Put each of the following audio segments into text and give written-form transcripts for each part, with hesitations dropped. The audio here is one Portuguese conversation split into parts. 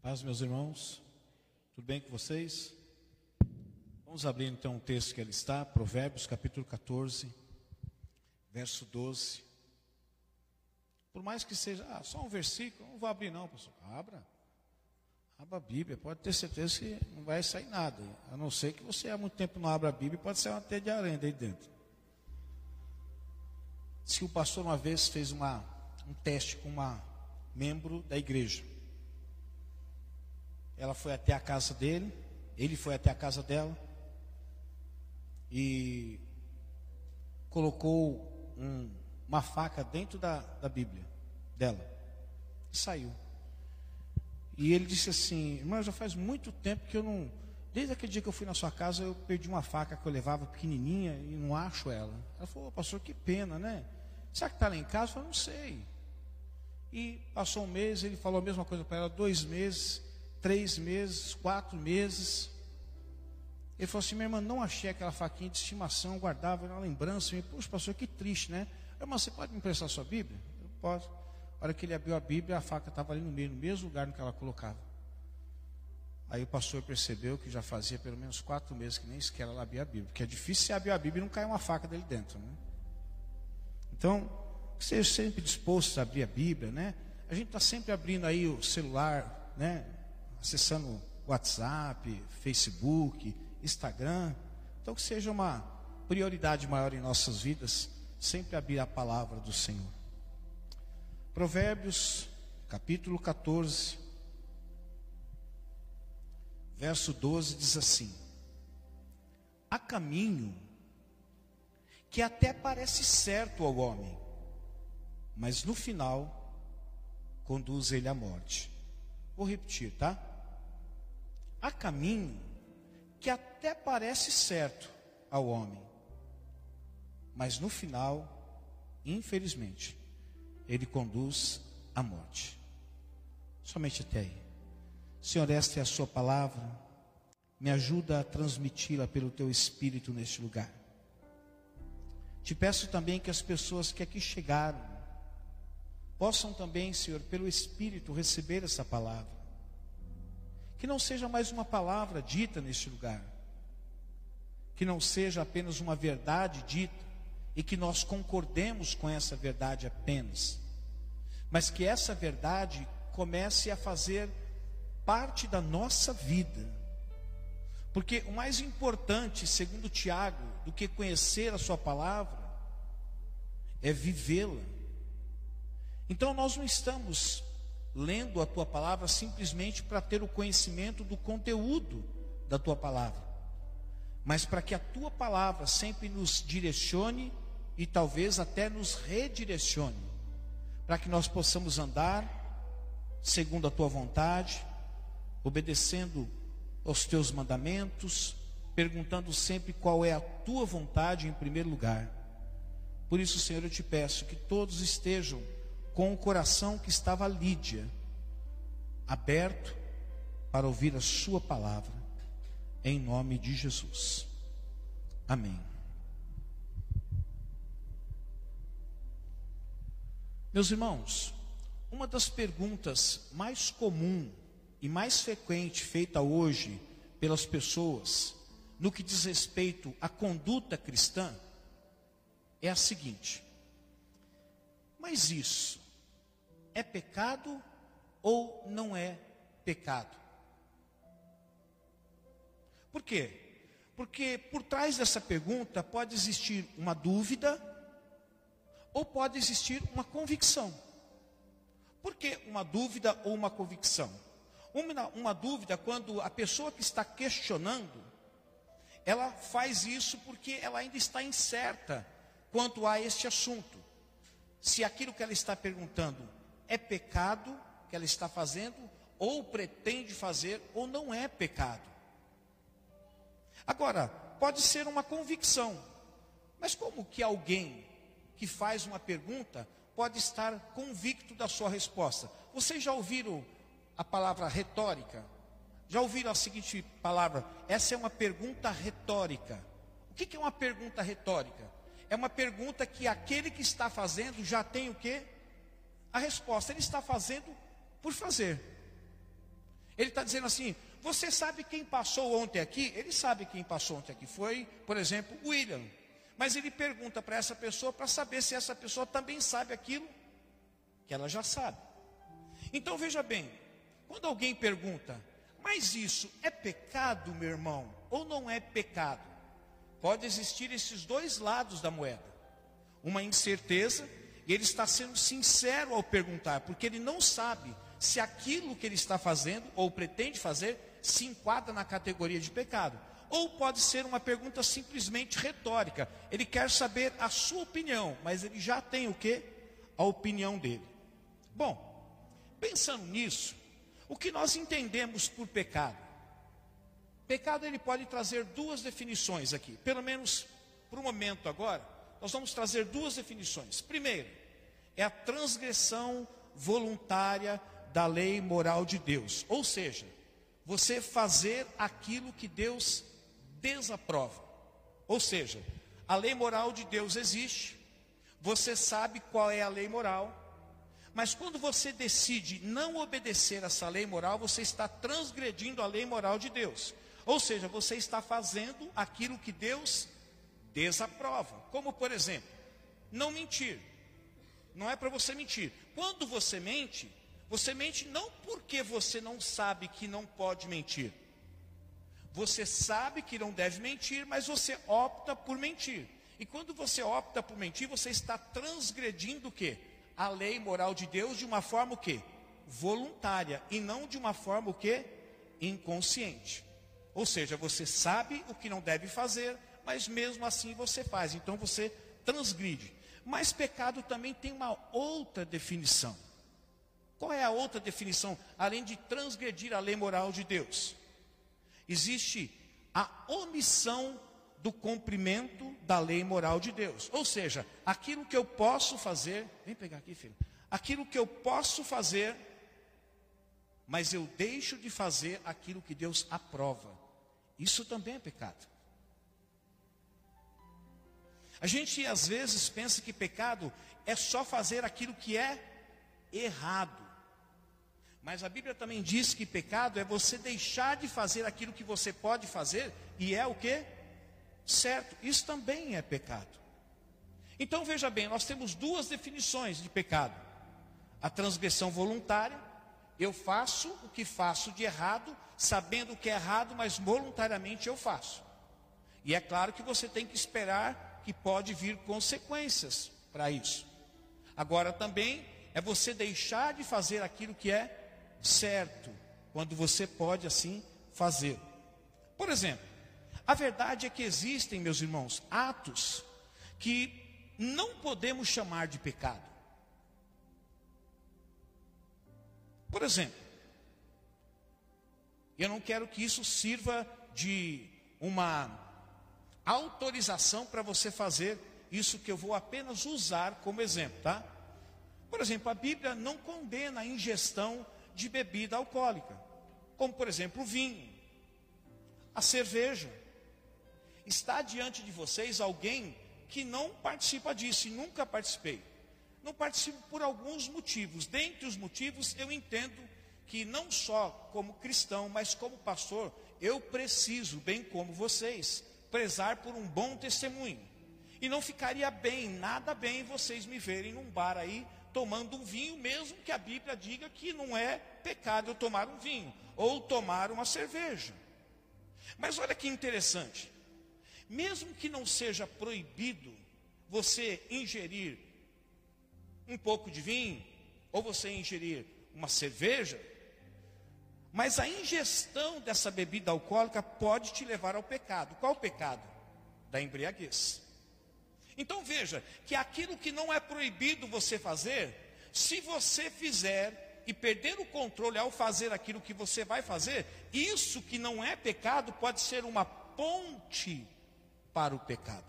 Paz, meus irmãos, tudo bem com vocês? Vamos abrir então o texto que ali está, Provérbios capítulo 14, verso 12. Por mais que seja só um versículo, não vou abrir não, pastor. Abra a Bíblia, pode ter certeza que não vai sair nada. A não ser que você há muito tempo não abra a Bíblia, pode sair uma teia de aranha aí dentro. Diz que o pastor uma vez fez um teste com uma membro da igreja. Ela foi até a casa dele, ele foi até a casa dela e colocou uma faca dentro da Bíblia dela e saiu. E ele disse assim: irmã, já faz muito tempo que eu não, desde aquele dia que eu fui na sua casa, eu perdi uma faca que eu levava pequenininha e não acho ela. Ela falou: pastor, que pena, né? Será que está lá em casa? Eu falei: não sei. E passou um mês, ele falou a mesma coisa para ela, 2 meses, 3 meses, 4 meses. Ele falou assim: minha irmã, não achei aquela faquinha de estimação, eu guardava na lembrança. Eu falei: poxa, pastor, que triste, né? Irmã, você pode me emprestar a sua Bíblia? Eu posso. A hora que ele abriu a Bíblia, a faca estava ali no meio, no mesmo lugar no que ela colocava. Aí o pastor percebeu que já fazia pelo menos 4 meses que nem sequer ela abria a Bíblia, porque é difícil você abrir a Bíblia e não cair uma faca dele dentro, né? Então, seja sempre disposto a abrir a Bíblia, né? A gente está sempre abrindo aí o celular, né? Acessando o WhatsApp, Facebook, Instagram. Então que seja uma prioridade maior em nossas vidas, sempre abrir a palavra do Senhor. Provérbios, capítulo 14, verso 12 diz assim: há caminho que até parece certo ao homem, mas no final conduz ele à morte. Vou repetir, tá? Há caminho que até parece certo ao homem, mas no final, infelizmente, ele conduz à morte. Somente até aí. Senhor, esta é a sua palavra. Me ajuda a transmiti-la pelo teu Espírito neste lugar. Te peço também que as pessoas que aqui chegaram possam também, Senhor, pelo Espírito receber essa palavra. Que não seja mais uma palavra dita neste lugar. Que não seja apenas uma verdade dita e que nós concordemos com essa verdade apenas. Mas que essa verdade comece a fazer parte da nossa vida. Porque o mais importante, segundo Tiago, do que conhecer a sua palavra, é vivê-la. Então nós não estamos lendo a tua palavra simplesmente para ter o conhecimento do conteúdo da tua palavra, mas para que a tua palavra sempre nos direcione e talvez até nos redirecione, para que nós possamos andar segundo a tua vontade, obedecendo aos teus mandamentos, perguntando sempre qual é a tua vontade em primeiro lugar. Por isso, Senhor, eu te peço que todos estejam com o coração que estava a Lídia, aberto para ouvir a sua palavra, em nome de Jesus. Amém. Meus irmãos, uma das perguntas mais comum e mais frequente feita hoje pelas pessoas, no que diz respeito à conduta cristã, é a seguinte: mas isso é pecado ou não é pecado? Por quê? Porque por trás dessa pergunta pode existir uma dúvida ou pode existir uma convicção. Por que uma dúvida ou uma convicção? Uma dúvida quando a pessoa que está questionando, ela faz isso porque ela ainda está incerta quanto a este assunto. Se aquilo que ela está perguntando é pecado que ela está fazendo, ou pretende fazer, ou não é pecado. Agora, pode ser uma convicção. Mas como que alguém que faz uma pergunta pode estar convicto da sua resposta? Vocês já ouviram a palavra retórica? Já ouviram a seguinte palavra? Essa é uma pergunta retórica. O que é uma pergunta retórica? É uma pergunta que aquele que está fazendo já tem o quê? A resposta. Ele está fazendo por fazer. Ele está dizendo assim: você sabe quem passou ontem aqui? Ele sabe quem passou ontem aqui. Foi, por exemplo, William. Mas ele pergunta para essa pessoa para saber se essa pessoa também sabe aquilo que ela já sabe. Então veja bem, quando alguém pergunta: mas isso é pecado, meu irmão, ou não é pecado? Pode existir esses dois lados da moeda. Uma incerteza, e ele está sendo sincero ao perguntar, porque ele não sabe se aquilo que ele está fazendo, ou pretende fazer, se enquadra na categoria de pecado. Ou pode ser uma pergunta simplesmente retórica. Ele quer saber a sua opinião, mas ele já tem o quê? A opinião dele. Bom, pensando nisso, o que nós entendemos por pecado? Pecado, ele pode trazer duas definições aqui. Pelo menos, por um momento agora, nós vamos trazer duas definições. Primeiro, é a transgressão voluntária da lei moral de Deus. Ou seja, você fazer aquilo que Deus desaprova. Ou seja, a lei moral de Deus existe, você sabe qual é a lei moral, mas quando você decide não obedecer essa lei moral, você está transgredindo a lei moral de Deus. Ou seja, você está fazendo aquilo que Deus desaprova. Como, por exemplo, não mentir. Não é para você mentir. Quando você mente não porque você não sabe que não pode mentir. Você sabe que não deve mentir, mas você opta por mentir. E quando você opta por mentir, você está transgredindo o quê? A lei moral de Deus de uma forma o quê? Voluntária, e não de uma forma o quê? Inconsciente. Ou seja, você sabe o que não deve fazer, mas mesmo assim você faz. Então você transgride. Mas pecado também tem uma outra definição. Qual é a outra definição, além de transgredir a lei moral de Deus? Existe a omissão do cumprimento da lei moral de Deus. Ou seja, aquilo que eu posso fazer, vem pegar aqui, filho. Aquilo que eu posso fazer, mas eu deixo de fazer aquilo que Deus aprova. Isso também é pecado. A gente às vezes pensa que pecado é só fazer aquilo que é errado. Mas a Bíblia também diz que pecado é você deixar de fazer aquilo que você pode fazer, e é o quê? Certo. Isso também é pecado. Então veja bem, nós temos duas definições de pecado. A transgressão voluntária, eu faço o que faço de errado, sabendo que é errado, mas voluntariamente eu faço. E é claro que você tem que esperar que pode vir consequências para isso. Agora também é você deixar de fazer aquilo que é certo, quando você pode assim fazer. Por exemplo, a verdade é que existem, meus irmãos, atos que não podemos chamar de pecado. Por exemplo, eu não quero que isso sirva de uma autorização para você fazer isso que eu vou apenas usar como exemplo, tá? Por exemplo, a Bíblia não condena a ingestão de bebida alcoólica, como por exemplo o vinho, a cerveja. Está diante de vocês alguém que não participa disso, e nunca participei. Não participo por alguns motivos. Dentre os motivos, eu entendo que não só como cristão, mas como pastor, eu preciso, bem como vocês, prezar por um bom testemunho. E não ficaria bem, nada bem, vocês me verem num bar aí, tomando um vinho, mesmo que a Bíblia diga que não é pecado eu tomar um vinho, ou tomar uma cerveja. Mas olha que interessante, mesmo que não seja proibido você ingerir um pouco de vinho, ou você ingerir uma cerveja, mas a ingestão dessa bebida alcoólica pode te levar ao pecado. Qual o pecado? Da embriaguez. Então veja, que aquilo que não é proibido você fazer, se você fizer e perder o controle ao fazer aquilo que você vai fazer, isso que não é pecado pode ser uma ponte para o pecado.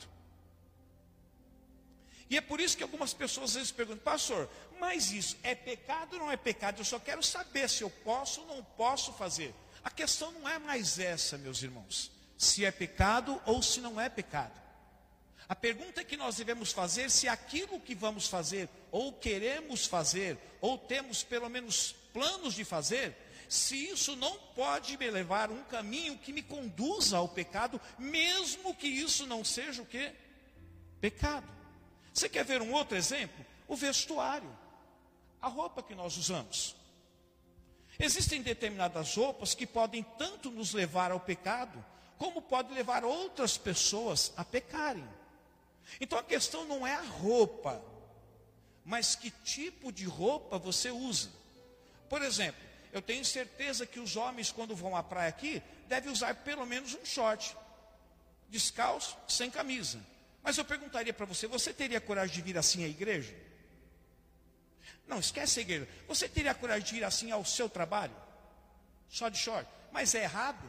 E é por isso que algumas pessoas às vezes perguntam: pastor, mas isso é pecado ou não é pecado? Eu só quero saber se eu posso ou não posso fazer. A questão não é mais essa, meus irmãos, se é pecado ou se não é pecado. A pergunta que nós devemos fazer, se aquilo que vamos fazer, ou queremos fazer, ou temos pelo menos planos de fazer, se isso não pode me levar a um caminho que me conduza ao pecado, mesmo que isso não seja o quê? Pecado. Você quer ver um outro exemplo? O vestuário, a roupa que nós usamos. Existem determinadas roupas que podem tanto nos levar ao pecado, como pode levar outras pessoas a pecarem. Então a questão não é a roupa, mas que tipo de roupa você usa. Por exemplo, eu tenho certeza que os homens, quando vão à praia aqui, devem usar pelo menos um short, descalço, sem camisa. Mas eu perguntaria para você, você teria coragem de vir assim à igreja? Não, esquece a igreja. Você teria coragem de ir assim ao seu trabalho? Só de short? Mas é errado?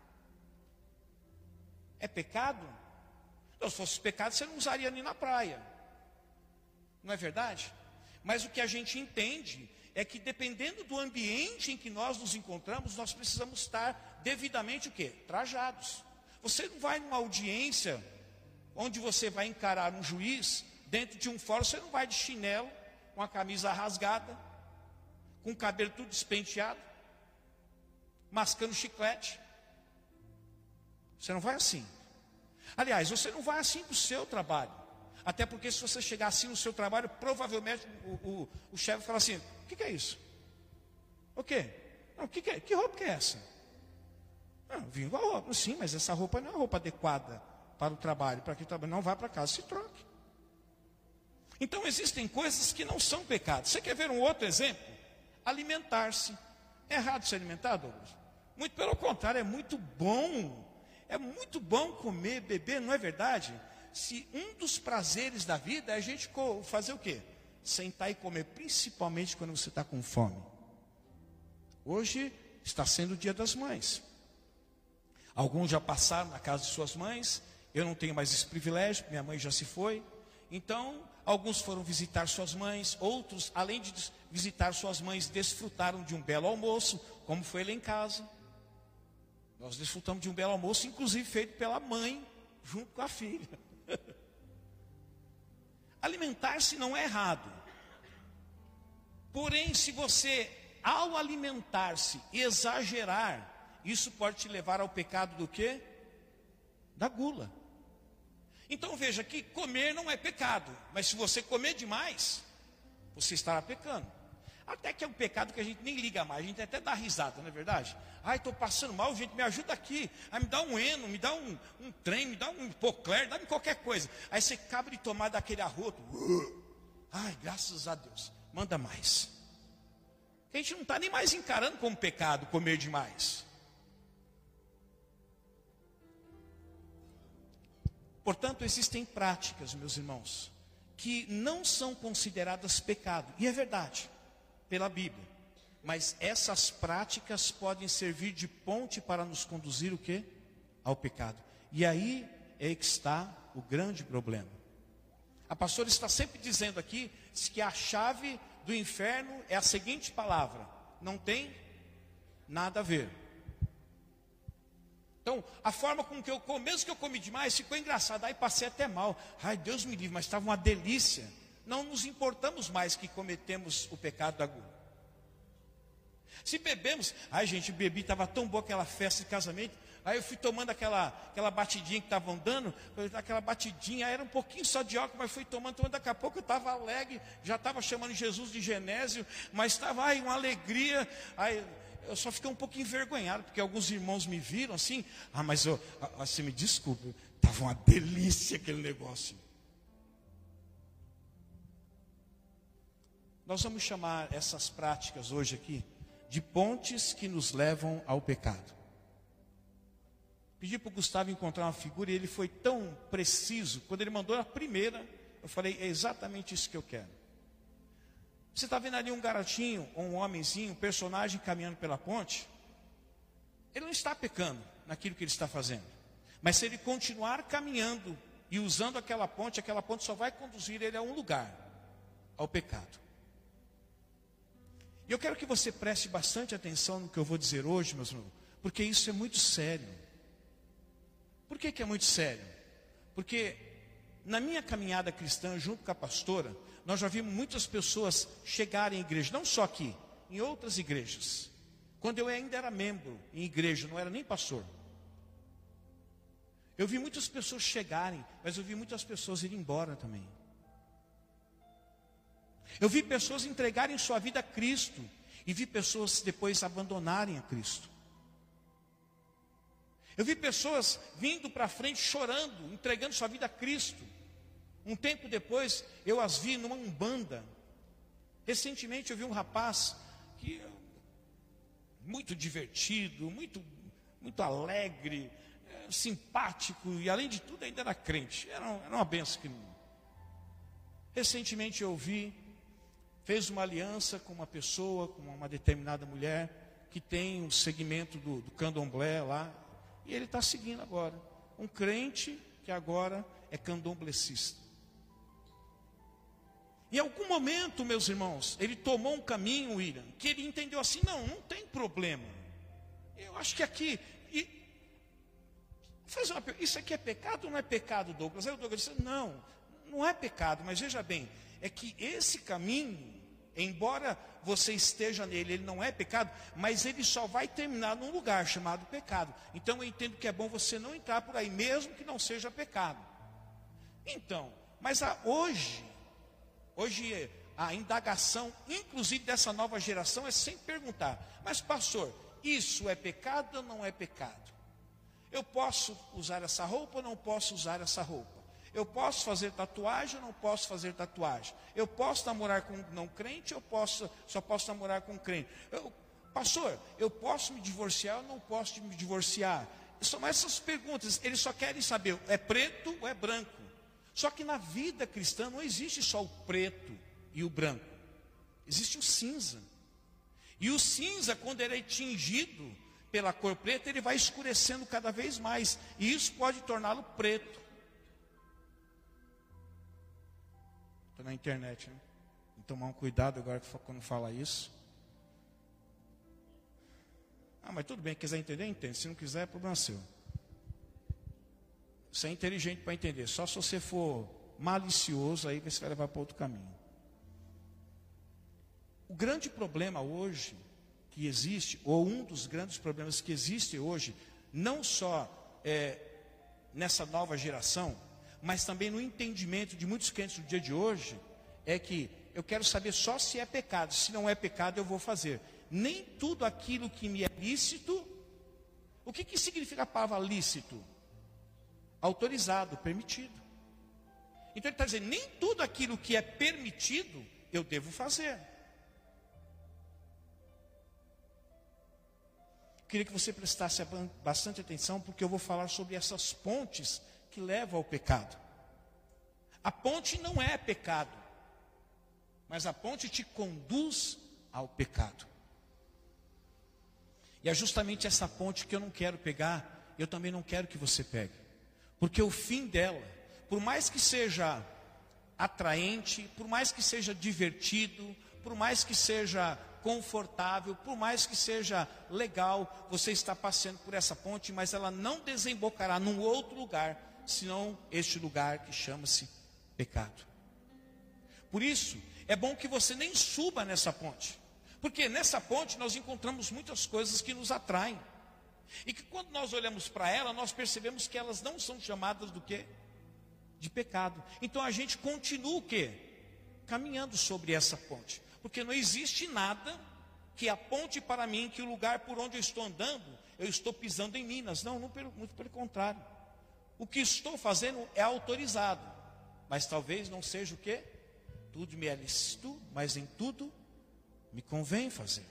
É pecado? Então, se fosse pecado, você não usaria nem na praia. Não é verdade? Mas o que a gente entende é que dependendo do ambiente em que nós nos encontramos, nós precisamos estar devidamente o quê? Trajados. Você não vai numa audiência onde você vai encarar um juiz dentro de um fórum, você não vai de chinelo, com a camisa rasgada, com o cabelo tudo despenteado, mascando chiclete. Você não vai assim. Aliás, você não vai assim para o seu trabalho. Até porque se você chegar assim no seu trabalho, provavelmente o chefe vai falar assim, o que é isso? O quê? Não, que roupa que é essa? Não, vim com a roupa. Sim, mas essa roupa não é a roupa adequada para o trabalho. Para que o trabalho não vá para casa, se troque. Então existem coisas que não são pecados. Você quer ver um outro exemplo? Alimentar-se. É errado se alimentar, Douglas? Muito pelo contrário, é muito bom. É muito bom comer, beber, não é verdade? Se um dos prazeres da vida é a gente fazer o quê? Sentar e comer, principalmente quando você está com fome. Hoje está sendo o Dia das Mães. Alguns já passaram na casa de suas mães. Eu não tenho mais esse privilégio, minha mãe já se foi. Então, alguns foram visitar suas mães, outros, além de visitar suas mães, desfrutaram de um belo almoço, como foi lá em casa. Nós desfrutamos de um belo almoço, inclusive feito pela mãe, junto com a filha. Alimentar-se não é errado. Porém, se você, ao alimentar-se, exagerar, isso pode te levar ao pecado do quê? Da gula. Então veja que comer não é pecado, mas se você comer demais, você estará pecando. Até que é um pecado que a gente nem liga mais, a gente até dá risada, não é verdade? Ai, estou passando mal, gente, me ajuda aqui. Ai, me dá um Eno, me dá um trem, me dá um Pocler, dá-me qualquer coisa. Aí você acaba de tomar daquele arroto. Ai, graças a Deus, manda mais. A gente não está nem mais encarando como pecado comer demais. Portanto, existem práticas, meus irmãos, que não são consideradas pecado. E é verdade, pela Bíblia. Mas essas práticas podem servir de ponte para nos conduzir o quê? Ao pecado. E aí é que está o grande problema. A pastora está sempre dizendo aqui que a chave do inferno é a seguinte palavra: não tem nada a ver. Então, a forma com que eu comi, mesmo que eu comi demais, ficou engraçado. Aí passei até mal. Ai, Deus me livre, mas estava uma delícia. Não nos importamos mais que cometemos o pecado da gula. Se bebemos, ai gente, bebi, estava tão boa aquela festa de casamento. Aí eu fui tomando aquela batidinha que estavam dando, aquela batidinha, era um pouquinho só de álcool, mas fui tomando, daqui a pouco eu estava alegre, já estava chamando Jesus de Genésio, mas estava, ai, uma alegria. Aí eu só fiquei um pouco envergonhado, porque alguns irmãos me viram assim, mas você me desculpe, estava uma delícia aquele negócio. Nós vamos chamar essas práticas hoje aqui de pontes que nos levam ao pecado. Pedi para o Gustavo encontrar uma figura e ele foi tão preciso. Quando ele mandou a primeira, eu falei, é exatamente isso que eu quero. Você está vendo ali um garotinho, ou um homenzinho, um personagem caminhando pela ponte? Ele não está pecando naquilo que ele está fazendo. Mas se ele continuar caminhando e usando aquela ponte só vai conduzir ele a um lugar, ao pecado. E eu quero que você preste bastante atenção no que eu vou dizer hoje, meus irmãos, porque isso é muito sério. Por que é muito sério? Porque na minha caminhada cristã, junto com a pastora, nós já vimos muitas pessoas chegarem à igreja, não só aqui, em outras igrejas, quando eu ainda era membro em igreja, não era nem pastor. Eu vi muitas pessoas chegarem, mas eu vi muitas pessoas irem embora também. Eu vi pessoas entregarem sua vida a Cristo, e vi pessoas depois abandonarem a Cristo. Eu vi pessoas vindo para frente chorando, entregando sua vida a Cristo. Um tempo depois, eu as vi numa umbanda. Recentemente eu vi um rapaz que muito divertido, muito alegre, simpático, e além de tudo ainda era crente. Era uma benção. Recentemente eu vi, fez uma aliança com uma pessoa, com uma determinada mulher, que tem um segmento do candomblé lá, e ele está seguindo agora. Um crente que agora é candomblecista. Em algum momento, meus irmãos, ele tomou um caminho, William, que ele entendeu assim, não tem problema. Eu acho que aqui... isso aqui é pecado ou não é pecado, Douglas? Aí o Douglas disse, não é pecado, mas veja bem, é que esse caminho, embora você esteja nele, ele não é pecado, mas ele só vai terminar num lugar chamado pecado. Então eu entendo que é bom você não entrar por aí, mesmo que não seja pecado. Então, mas hoje a indagação, inclusive dessa nova geração, é sempre perguntar, mas pastor, isso é pecado ou não é pecado? Eu posso usar essa roupa ou não posso usar essa roupa? Eu posso fazer tatuagem ou não posso fazer tatuagem? Eu posso namorar com um não crente ou só posso namorar com um crente? Pastor, eu posso me divorciar ou não posso me divorciar? São essas perguntas, eles só querem saber, é preto ou é branco? Só que na vida cristã não existe só o preto e o branco. Existe o cinza. E o cinza, quando ele é tingido pela cor preta, ele vai escurecendo cada vez mais. E isso pode torná-lo preto. Estou na internet, né? Tem que tomar um cuidado agora quando fala isso. Mas tudo bem, quiser entender, entende. Se não quiser, é problema seu. Você é inteligente para entender. Só se você for malicioso, aí você vai levar para outro caminho. O grande problema hoje que existe, ou um dos grandes problemas que existe hoje, não só nessa nova geração, mas também no entendimento de muitos crentes do dia de hoje, é que eu quero saber só se é pecado. Se não é pecado, eu vou fazer. Nem tudo aquilo que me é lícito. O que significa a palavra lícito? Autorizado, permitido. Então ele está dizendo, nem tudo aquilo que é permitido, eu devo fazer. Queria que você prestasse bastante atenção, porque eu vou falar sobre essas pontes que levam ao pecado. A ponte não é pecado, mas a ponte te conduz ao pecado. E é justamente essa ponte que eu não quero pegar, eu também não quero que você pegue. Porque o fim dela, por mais que seja atraente, por mais que seja divertido, por mais que seja confortável, por mais que seja legal, você está passando por essa ponte, mas ela não desembocará num outro lugar, senão este lugar que chama-se pecado. Por isso, é bom que você nem suba nessa ponte, porque nessa ponte nós encontramos muitas coisas que nos atraem, e que quando nós olhamos para ela, nós percebemos que elas não são chamadas do quê? De pecado. Então a gente continua o quê? Caminhando sobre essa ponte. Porque não existe nada que aponte para mim que o lugar por onde eu estou andando, eu estou pisando em minas. Não, muito pelo contrário. O que estou fazendo é autorizado. Mas talvez não seja o quê? Tudo me é lícito, mas em tudo me convém fazer.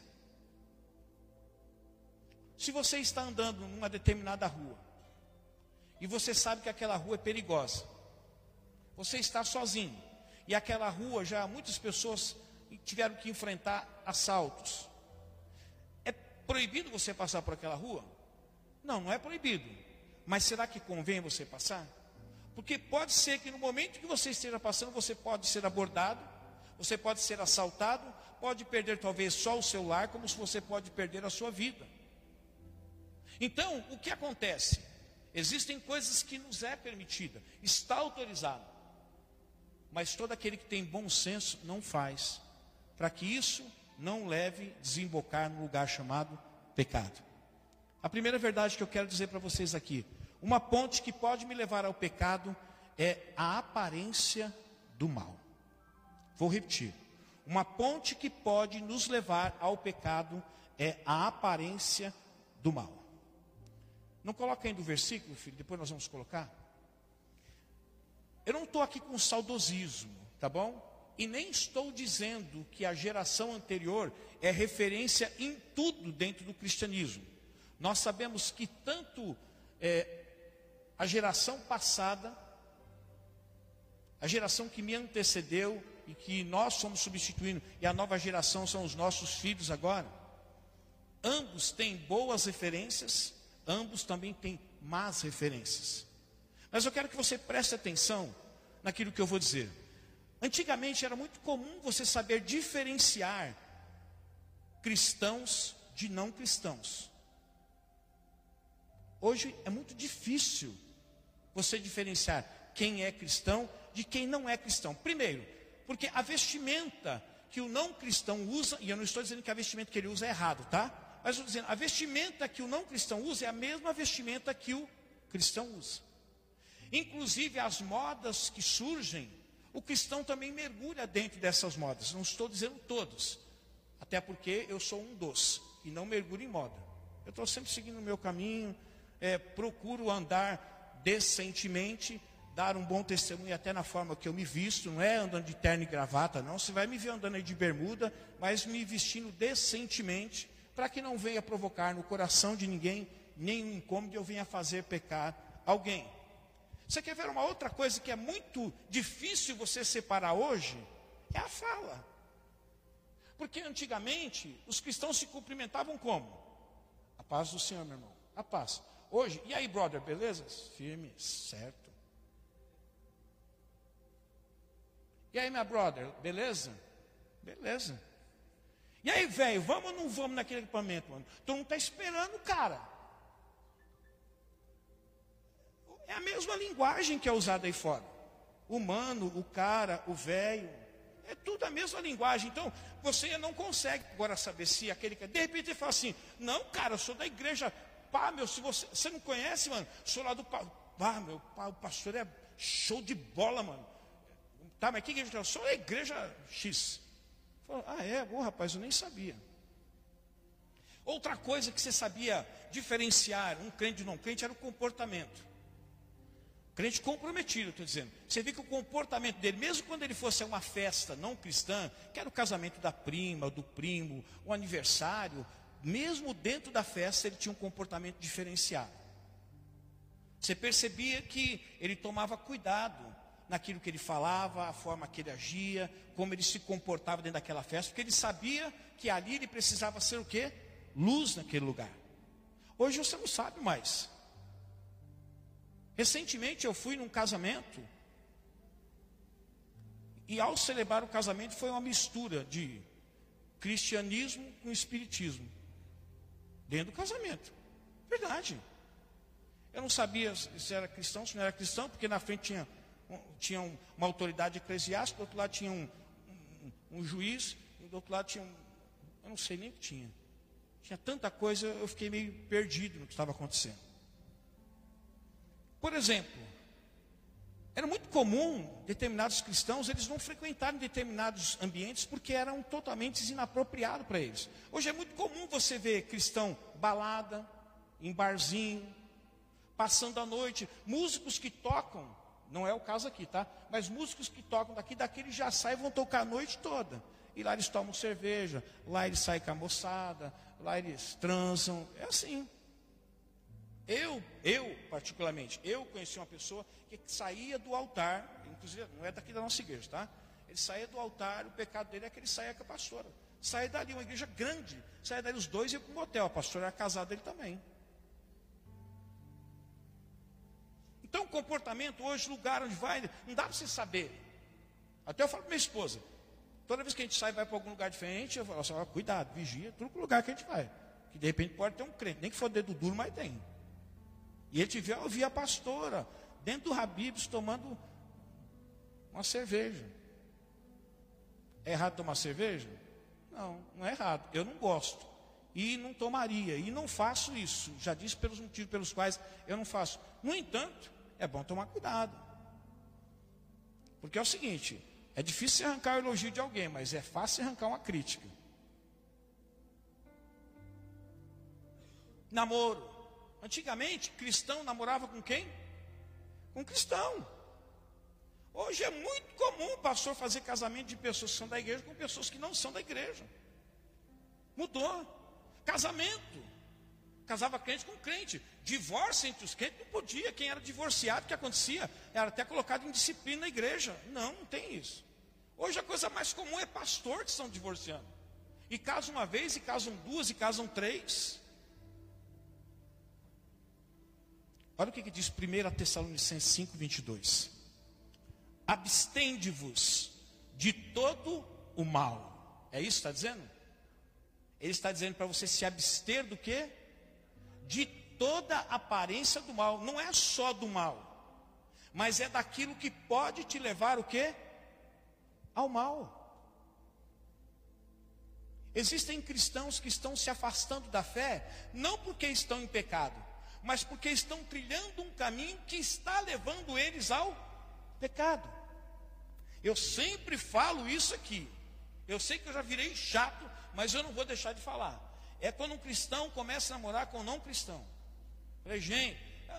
Se você está andando numa determinada rua, e você sabe que aquela rua é perigosa, você está sozinho, e aquela rua já muitas pessoas tiveram que enfrentar assaltos. É proibido você passar por aquela rua? Não é proibido. Mas será que convém você passar? Porque pode ser que no momento que você esteja passando, você pode ser abordado, você pode ser assaltado, pode perder talvez só o celular, como se você pode perder a sua vida. Então, o que acontece? Existem coisas que nos é permitida, está autorizado. Mas todo aquele que tem bom senso não faz, para que isso não leve a desembocar no lugar chamado pecado. A primeira verdade que eu quero dizer para vocês aqui: uma ponte que pode me levar ao pecado é a aparência do mal. Vou repetir. Uma ponte que pode nos levar ao pecado é a aparência do mal. Não coloca ainda o versículo, filho, depois nós vamos colocar. Eu não estou aqui com saudosismo, tá bom? E nem estou dizendo que a geração anterior é referência em tudo dentro do cristianismo. Nós sabemos que tanto a geração passada, a geração que me antecedeu e que nós somos substituindo, e a nova geração são os nossos filhos agora, ambos têm boas referências, ambos também têm más referências. Mas eu quero que você preste atenção naquilo que eu vou dizer. Antigamente era muito comum você saber diferenciar cristãos de não cristãos. Hoje é muito difícil você diferenciar quem é cristão de quem não é cristão. Primeiro, porque a vestimenta que o não cristão usa, e eu não estou dizendo que a vestimenta que ele usa é errado, tá? Mas estou dizendo, a vestimenta que o não cristão usa é a mesma vestimenta que o cristão usa. Inclusive as modas que surgem, o cristão também mergulha dentro dessas modas. Não estou dizendo todos, até porque eu sou um dos, e não mergulho em moda. Eu estou sempre seguindo o meu caminho, procuro andar decentemente, dar um bom testemunho até na forma que eu me visto, não é andando de terno e gravata, não. Você vai me ver andando aí de bermuda, mas me vestindo decentemente, para que não venha provocar no coração de ninguém nenhum incômodo e eu venha fazer pecar alguém. Você quer ver uma outra coisa que é muito difícil você separar hoje? É a fala. Porque antigamente os cristãos se cumprimentavam como? A paz do Senhor, meu irmão. A paz. Hoje, e aí, brother, beleza? Firme, certo. E aí, minha brother, beleza? Beleza. E aí, velho, vamos ou não vamos naquele equipamento, mano? Todo mundo está esperando, cara. É a mesma linguagem que é usada aí fora. O humano, o cara, o velho. É tudo a mesma linguagem. Então, você não consegue agora saber se aquele que... De repente ele fala assim, não, cara, eu sou da igreja... Pá, meu, se você não conhece, mano, sou lá do... Pá, meu, pá, o pastor é show de bola, mano. Tá, mas que igreja? Eu sou da igreja X. Falo, rapaz, eu nem sabia. Outra coisa que você sabia diferenciar um crente de não crente era o comportamento. Crente comprometido, estou dizendo. Você vê que o comportamento dele, mesmo quando ele fosse a uma festa não cristã, que era o casamento da prima, do primo, o aniversário, mesmo dentro da festa ele tinha um comportamento diferenciado. Você percebia que ele tomava cuidado naquilo que ele falava, a forma que ele agia, como ele se comportava dentro daquela festa, porque ele sabia que ali ele precisava ser o quê? Luz naquele lugar. Hoje você não sabe mais. Recentemente eu fui num casamento e ao celebrar o casamento foi uma mistura de cristianismo com espiritismo dentro do casamento. Verdade. Eu não sabia se era cristão, se não era cristão, porque na frente tinha uma autoridade eclesiástica, do outro lado tinha um juiz, e do outro lado tinha eu não sei nem o que tinha. Tinha tanta coisa, eu fiquei meio perdido no que estava acontecendo. Por exemplo, era muito comum determinados cristãos, eles não frequentarem determinados ambientes porque eram totalmente inapropriados para eles. Hoje é muito comum você ver cristão balada, em barzinho, passando a noite, músicos que tocam, não é o caso aqui, tá? Mas músicos que tocam daqui eles já saem e vão tocar a noite toda. E lá eles tomam cerveja, lá eles saem com a moçada, lá eles transam, é assim. Eu particularmente, eu conheci uma pessoa que saía do altar, inclusive não é daqui da nossa igreja, tá? Ele saía do altar, o pecado dele é que ele saía com a pastora. Saía dali, uma igreja grande, saía dali os dois e ia para um motel, a pastora era casada dele também. Então o comportamento hoje, lugar onde vai, não dá para você saber. Até eu falo para minha esposa, toda vez que a gente sai e vai para algum lugar diferente, eu falo assim, cuidado, vigia, todo lugar que a gente vai. Que de repente pode ter um crente, nem que for dedo duro, mas tem. E ele tiver ouvir a pastora, dentro do Habib's, tomando uma cerveja. É errado tomar cerveja? Não, não é errado. Eu não gosto. e não tomaria, e não faço isso. Já disse pelos motivos pelos quais eu não faço. No entanto, é bom tomar cuidado. Porque é o seguinte, é difícil arrancar o elogio de alguém, mas é fácil arrancar uma crítica. Namoro. Antigamente, cristão namorava com quem? Com cristão. Hoje é muito comum o pastor fazer casamento de pessoas que são da igreja com pessoas que não são da igreja. Mudou. Casamento. Casava crente com crente. Divórcio entre os crentes não podia. Quem era divorciado, o que acontecia? Era até colocado em disciplina na igreja. Não, não tem isso. Hoje a coisa mais comum é pastor que estão divorciando. E casam uma vez, e casam duas, e casam três. Olha o que diz 1 Tessalonicenses 5, 22. Abstende-vos de todo o mal. É isso que está dizendo? Ele está dizendo para você se abster do quê? De toda aparência do mal. Não é só do mal, mas é daquilo que pode te levar o quê? Ao mal. Existem cristãos que estão se afastando da fé, não porque estão em pecado, mas porque estão trilhando um caminho que está levando eles ao pecado. Eu sempre falo isso aqui. Eu sei que eu já virei chato, mas eu não vou deixar de falar. É quando um cristão começa a namorar com um não cristão. Eu falei, gente,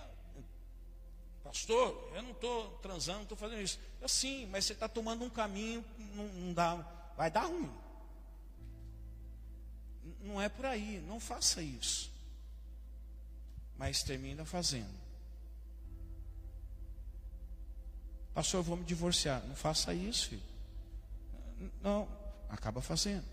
pastor, eu não estou transando, não estou fazendo isso. Eu sim, mas você está tomando um caminho, não dá, vai dar ruim. Não é por aí, não faça isso. Mas termina fazendo. Pastor, eu vou me divorciar. Não faça isso, filho. Não, acaba fazendo.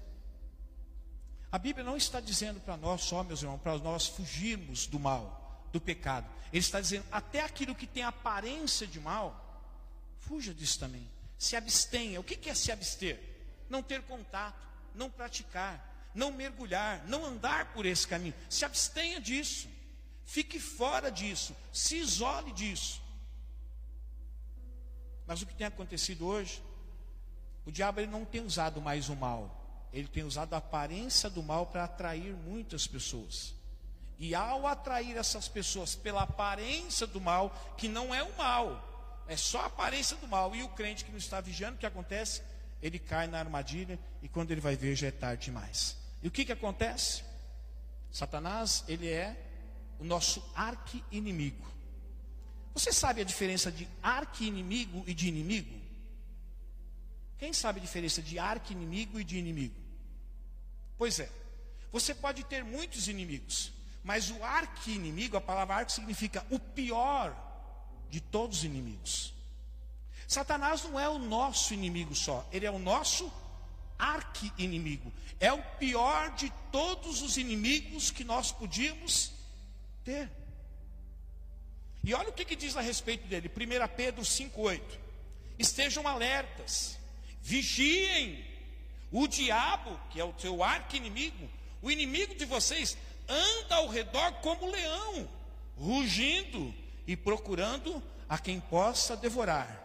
A Bíblia não está dizendo para nós só, meus irmãos, para nós fugirmos do mal, do pecado. Ele está dizendo, até aquilo que tem aparência de mal, fuja disso também. Se abstenha. O que é se abster? Não ter contato, não praticar, não mergulhar, não andar por esse caminho. Se abstenha disso. Fique fora disso, se isole disso. Mas o que tem acontecido hoje? O diabo ele não tem usado mais o mal. Ele tem usado a aparência do mal para atrair muitas pessoas. E ao atrair essas pessoas pela aparência do mal, que não é o mal, é só a aparência do mal, e o crente que não está vigiando, o que acontece? Ele cai na armadilha, e quando ele vai ver já é tarde demais. E o que acontece? Satanás, ele é o nosso arqui-inimigo. Você sabe a diferença de arqui-inimigo e de inimigo? Quem sabe a diferença de arqui-inimigo e de inimigo? Pois é, você pode ter muitos inimigos, mas o arqui-inimigo, a palavra arqui significa o pior de todos os inimigos. Satanás não é o nosso inimigo só, ele é o nosso arqui-inimigo. É o pior de todos os inimigos que nós podíamos ter. E olha o que diz a respeito dele. 1 Pedro 5,8. Estejam alertas, vigiem. O diabo, que é o seu arqui-inimigo, o inimigo de vocês, anda ao redor como leão, rugindo e procurando a quem possa devorar.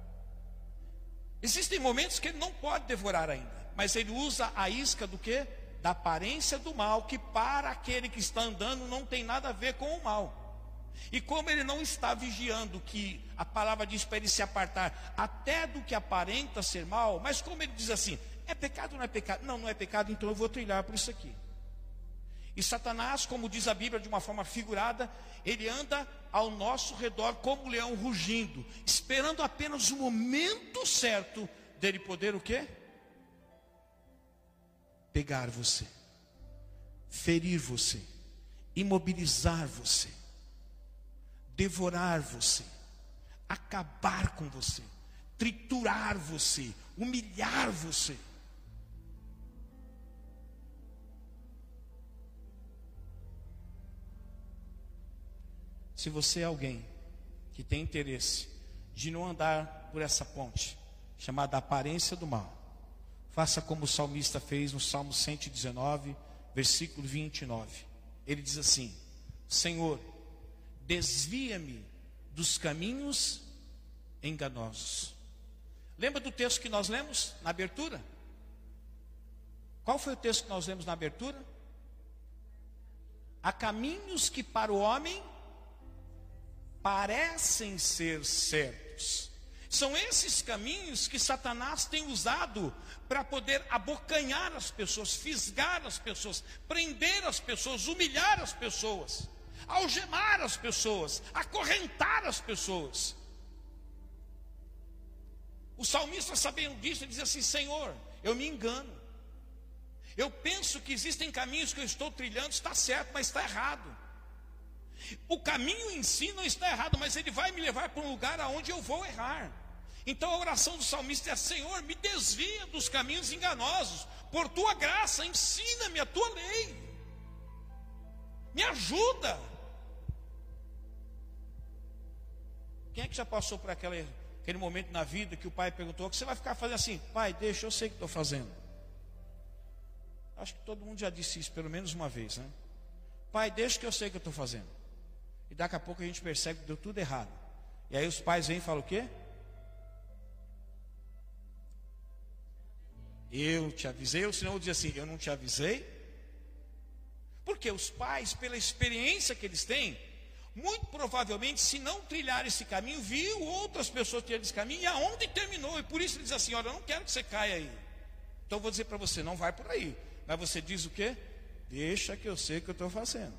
Existem momentos que ele não pode devorar ainda, mas ele usa a isca do quê? Da aparência do mal, que para aquele que está andando não tem nada a ver com o mal. E como ele não está vigiando, que a palavra diz para ele se apartar até do que aparenta ser mal, mas como ele diz assim, é pecado ou não é pecado? Não, não é pecado, então eu vou trilhar por isso aqui. E Satanás, como diz a Bíblia de uma forma figurada, ele anda ao nosso redor como um leão rugindo, esperando apenas o momento certo dele poder o quê? Pegar você, ferir você, imobilizar você, devorar você, acabar com você, triturar você, humilhar você. Se você é alguém que tem interesse de não andar por essa ponte, chamada aparência do mal, faça como o salmista fez no Salmo 119, versículo 29. Ele diz assim: Senhor, desvia-me dos caminhos enganosos. Lembra do texto que nós lemos na abertura? Qual foi o texto que nós lemos na abertura? há caminhos que para o homem parecem ser certos. São esses caminhos que Satanás tem usado para poder abocanhar as pessoas, fisgar as pessoas, prender as pessoas, humilhar as pessoas, algemar as pessoas, acorrentar as pessoas. O salmista, sabendo disso, ele diz assim: Senhor, eu me engano. Eu penso que existem caminhos que eu estou trilhando, está certo, mas está errado. O caminho em si não está errado, mas ele vai me levar para um lugar aonde eu vou errar. Então a oração do salmista é: Senhor, me desvia dos caminhos enganosos, por tua graça, ensina-me a tua lei, me ajuda. Quem é que já passou por aquele momento na vida que o pai perguntou: o que você vai ficar fazendo assim? Pai, deixa, eu sei o que estou fazendo. Acho que todo mundo já disse isso pelo menos uma vez, né? Pai, deixa que eu sei o que eu estou fazendo. E daqui a pouco a gente percebe que deu tudo errado. E aí os pais vêm e falam o quê? Eu te avisei, ou senão eu diz assim: eu não te avisei. Porque os pais, pela experiência que eles têm, muito provavelmente, se não trilhar esse caminho, viu outras pessoas trilhar esse caminho, e aonde terminou. E por isso ele diz assim: olha, eu não quero que você caia aí. Então eu vou dizer para você: não vai por aí. Mas você diz o quê? Deixa que eu sei o que eu estou fazendo.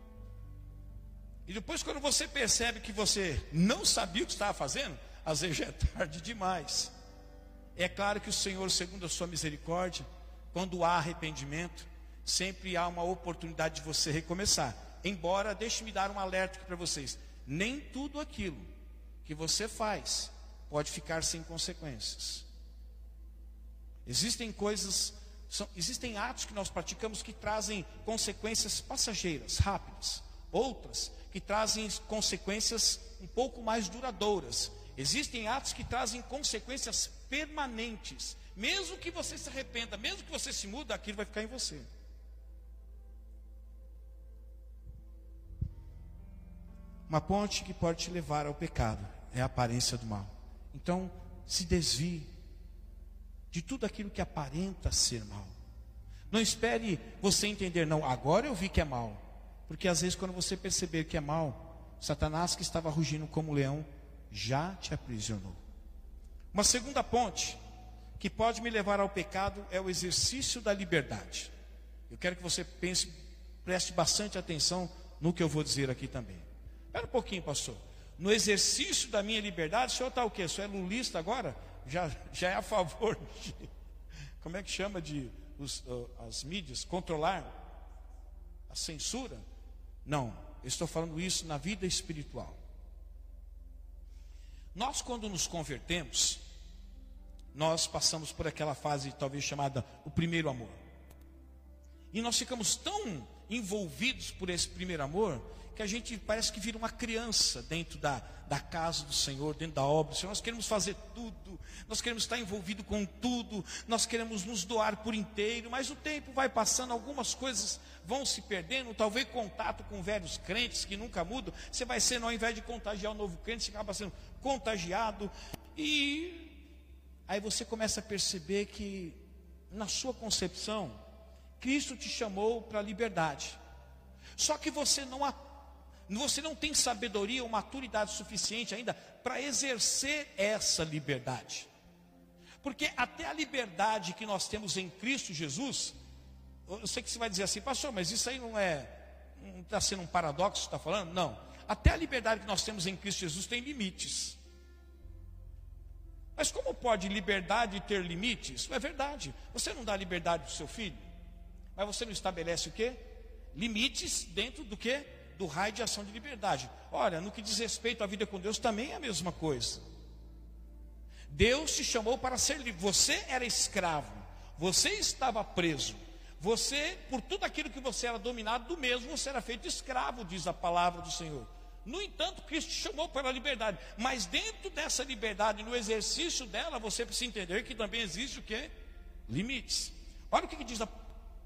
E depois, quando você percebe que você não sabia o que estava fazendo, às vezes já é tarde demais. É claro que o Senhor, segundo a sua misericórdia, quando há arrependimento, sempre há uma oportunidade de você recomeçar. Embora, deixe-me dar um alerta aqui para vocês: nem tudo aquilo que você faz pode ficar sem consequências. Existem existem atos que nós praticamos que trazem consequências passageiras, rápidas. Outras que trazem consequências um pouco mais duradouras. Existem atos que trazem consequências permanentes. Mesmo que você se arrependa, mesmo que você se mude, aquilo vai ficar em você. Uma ponte que pode te levar ao pecado é a aparência do mal. Então, se desvie de tudo aquilo que aparenta ser mal. Não espere você entender: não, agora eu vi que é mal. Porque às vezes, quando você perceber que é mal, Satanás, que estava rugindo como um leão, já te aprisionou. Uma segunda ponte que pode me levar ao pecado é o exercício da liberdade. Eu quero que você preste bastante atenção no que eu vou dizer aqui também. Espera um pouquinho, pastor. No exercício da minha liberdade, o senhor está o quê? O senhor é lulista agora? Já é a favor de, como é que chama, as mídias, controlar a censura? Não, eu estou falando isso na vida espiritual. Nós, quando nos convertemos, nós passamos por aquela fase talvez chamada o primeiro amor. E nós ficamos tão envolvidos por esse primeiro amor, que a gente parece que vira uma criança dentro da casa do Senhor, dentro da obra do Senhor. Nós queremos fazer tudo, nós queremos estar envolvido com tudo, nós queremos nos doar por inteiro. Mas o tempo vai passando, algumas coisas vão se perdendo. Talvez contato com velhos crentes que nunca mudam. Você vai sendo, ao invés de contagiar o novo crente, você acaba sendo contagiado. E aí você começa a perceber que na sua concepção, Cristo te chamou para a liberdade. Só que você não tem sabedoria ou maturidade suficiente ainda para exercer essa liberdade. Porque até a liberdade que nós temos em Cristo Jesus, eu sei que você vai dizer assim: pastor, mas isso aí não está sendo um paradoxo que você está falando? Não, até a liberdade que nós temos em Cristo Jesus tem limites. Mas como pode liberdade ter limites? Não é verdade. Você não dá liberdade para o seu filho, mas você não estabelece o quê? Limites dentro do quê? Do raio de ação de liberdade. Olha, no que diz respeito à vida com Deus, também é a mesma coisa. Deus te chamou para ser livre. Você era escravo, você estava preso, você, por tudo aquilo que você era dominado, do mesmo você era feito escravo, diz a palavra do Senhor. No entanto, Cristo te chamou para a liberdade. Mas dentro dessa liberdade, no exercício dela, você precisa entender que também existe o quê? Limites. Olha o que diz a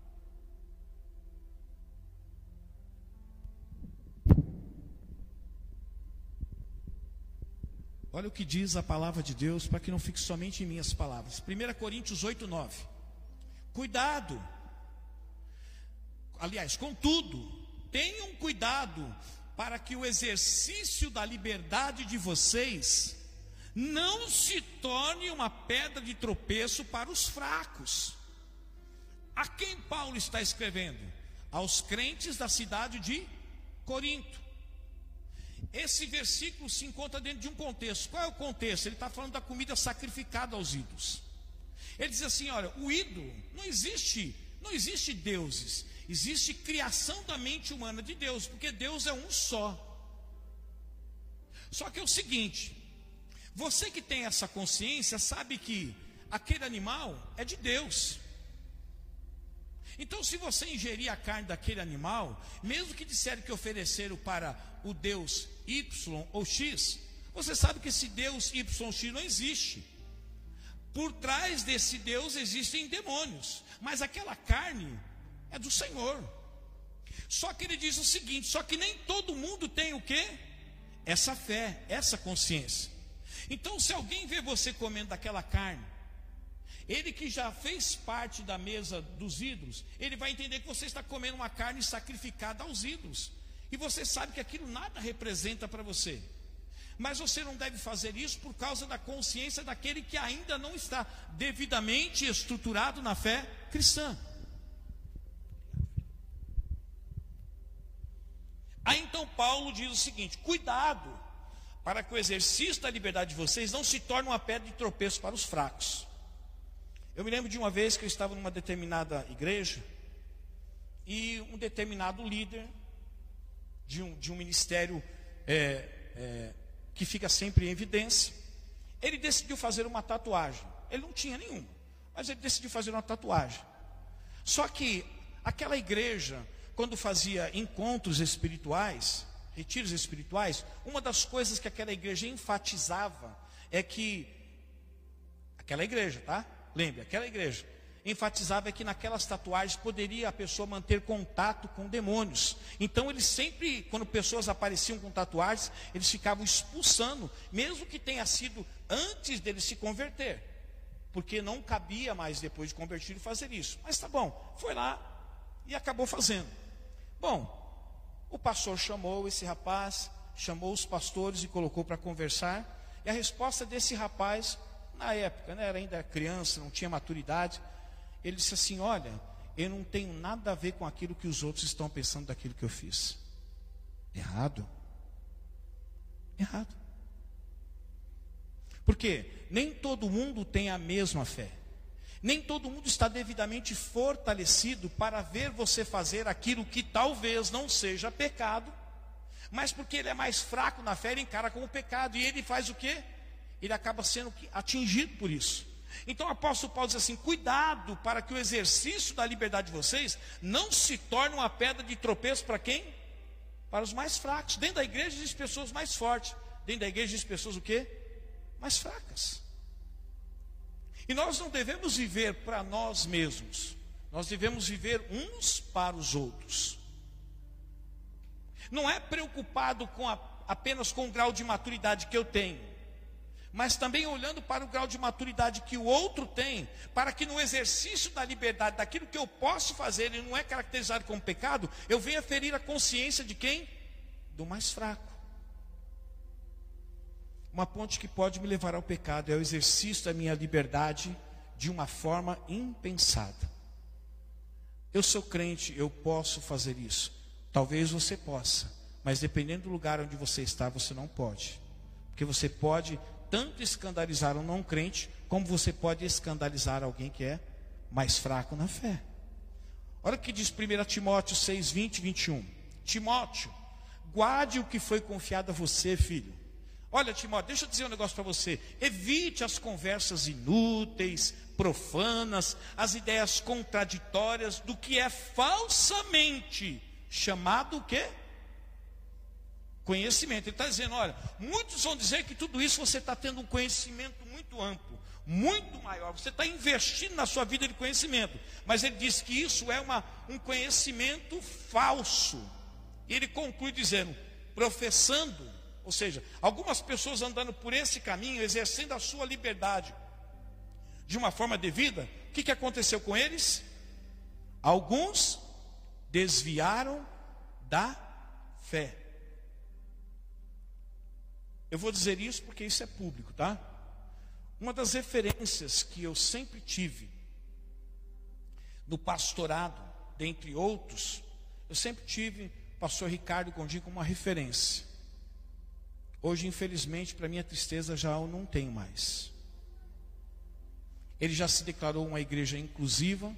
Olha o que diz a palavra de Deus, para que não fique somente em minhas palavras. 1 Coríntios 8:9. Cuidado. Aliás, contudo, tenham cuidado para que o exercício da liberdade de vocês não se torne uma pedra de tropeço para os fracos. A quem Paulo está escrevendo? Aos crentes da cidade de Corinto. Esse versículo se encontra dentro de um contexto. Qual é o contexto? Ele está falando da comida sacrificada aos ídolos. Ele diz assim: olha, o ídolo não existe deuses, existe criação da mente humana de Deus, porque Deus é um só. Só que é o seguinte, você que tem essa consciência sabe que aquele animal é de Deus. Então, se você ingerir a carne daquele animal, mesmo que disserem que ofereceram para o Deus Y ou X, você sabe que esse Deus Y ou X não existe. Por trás desse Deus existem demônios, mas aquela carne é do Senhor. Só que ele diz o seguinte: só que nem todo mundo tem o quê? Essa fé, essa consciência. Então, se alguém vê você comendo daquela carne, ele que já fez parte da mesa dos ídolos, ele vai entender que você está comendo uma carne sacrificada aos ídolos, e você sabe que aquilo nada representa para você. Mas você não deve fazer isso por causa da consciência daquele que ainda não está devidamente estruturado na fé cristã. Aí então Paulo diz o seguinte: cuidado para que o exercício da liberdade de vocês não se torne uma pedra de tropeço para os fracos. Eu me lembro de uma vez que eu estava numa determinada igreja, e um determinado líder de um ministério que fica sempre em evidência, ele decidiu fazer uma tatuagem. Ele não tinha nenhuma, mas ele decidiu fazer uma tatuagem. Só que aquela igreja, quando fazia encontros espirituais, retiros espirituais, uma das coisas que aquela igreja enfatizava é que, aquela igreja, tá? Lembre, aquela igreja enfatizava que naquelas tatuagens poderia a pessoa manter contato com demônios. Então eles sempre, quando pessoas apareciam com tatuagens, eles ficavam expulsando, mesmo que tenha sido antes dele se converter, porque não cabia mais depois de convertido fazer isso. Mas tá bom, foi lá e acabou fazendo. Bom, o pastor chamou esse rapaz, chamou os pastores e colocou para conversar, e a resposta desse rapaz, na época, era ainda criança, não tinha maturidade, ele disse assim: olha, eu não tenho nada a ver com aquilo que os outros estão pensando daquilo que eu fiz. Errado. Errado. Porque nem todo mundo tem a mesma fé. Nem todo mundo está devidamente fortalecido para ver você fazer aquilo que talvez não seja pecado, mas porque ele é mais fraco na fé, ele encara como pecado, e ele faz o quê? Ele acaba sendo atingido por isso. Então o apóstolo Paulo diz assim: cuidado para que o exercício da liberdade de vocês não se torne uma pedra de tropeço para quem? Para os mais fracos. Dentro da igreja existem pessoas mais fortes, dentro da igreja existem pessoas o quê? Mais fracas. E nós não devemos viver para nós mesmos, nós devemos viver uns para os outros. Não é preocupado apenas com o grau de maturidade que eu tenho, mas também olhando para o grau de maturidade que o outro tem, para que no exercício da liberdade, daquilo que eu posso fazer, ele não é caracterizado como pecado, eu venha ferir a consciência de quem? Do mais fraco. Uma ponte que pode me levar ao pecado é o exercício da minha liberdade de uma forma impensada. Eu sou crente, eu posso fazer isso. Talvez você possa, mas dependendo do lugar onde você está, você não pode. Porque você pode tanto escandalizar um não crente, como você pode escandalizar alguém que é mais fraco na fé. Olha o que diz 1 Timóteo 6, 20 e 21. Timóteo, guarde o que foi confiado a você, filho. Olha, Timóteo, deixa eu dizer um negócio para você. Evite as conversas inúteis, profanas, as ideias contraditórias do que é falsamente chamado o quê? Conhecimento. Ele está dizendo, olha, muitos vão dizer que tudo isso você está tendo um conhecimento muito amplo, muito maior. Você está investindo na sua vida de conhecimento. Mas ele diz que isso é um conhecimento falso. E ele conclui dizendo, professando, ou seja, algumas pessoas andando por esse caminho, exercendo a sua liberdade de uma forma devida, o que aconteceu com eles? Alguns desviaram da fé. Eu vou dizer isso porque isso é público, tá? Uma das referências que eu sempre tive no pastorado, dentre outros, eu sempre tive o pastor Ricardo Gondim como uma referência. Hoje, infelizmente, para minha tristeza, já eu não tenho mais. Ele já se declarou uma igreja inclusiva.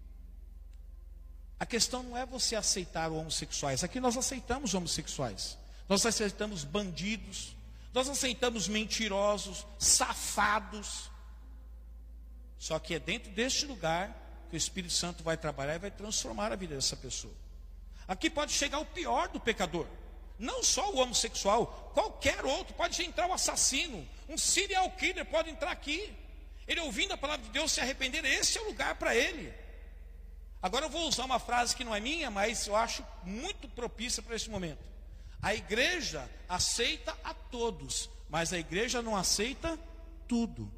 A questão não é você aceitar homossexuais. Aqui nós aceitamos homossexuais. Nós aceitamos bandidos. Nós aceitamos mentirosos, safados. Só que é dentro deste lugar que o Espírito Santo vai trabalhar e vai transformar a vida dessa pessoa. Aqui pode chegar o pior do pecador. Não só o homossexual, qualquer outro. Pode entrar o assassino, um serial killer pode entrar aqui. Ele ouvindo a palavra de Deus se arrepender, esse é o lugar para ele. Agora eu vou usar uma frase que não é minha, mas eu acho muito propícia para esse momento. A igreja aceita a todos, mas a igreja não aceita tudo.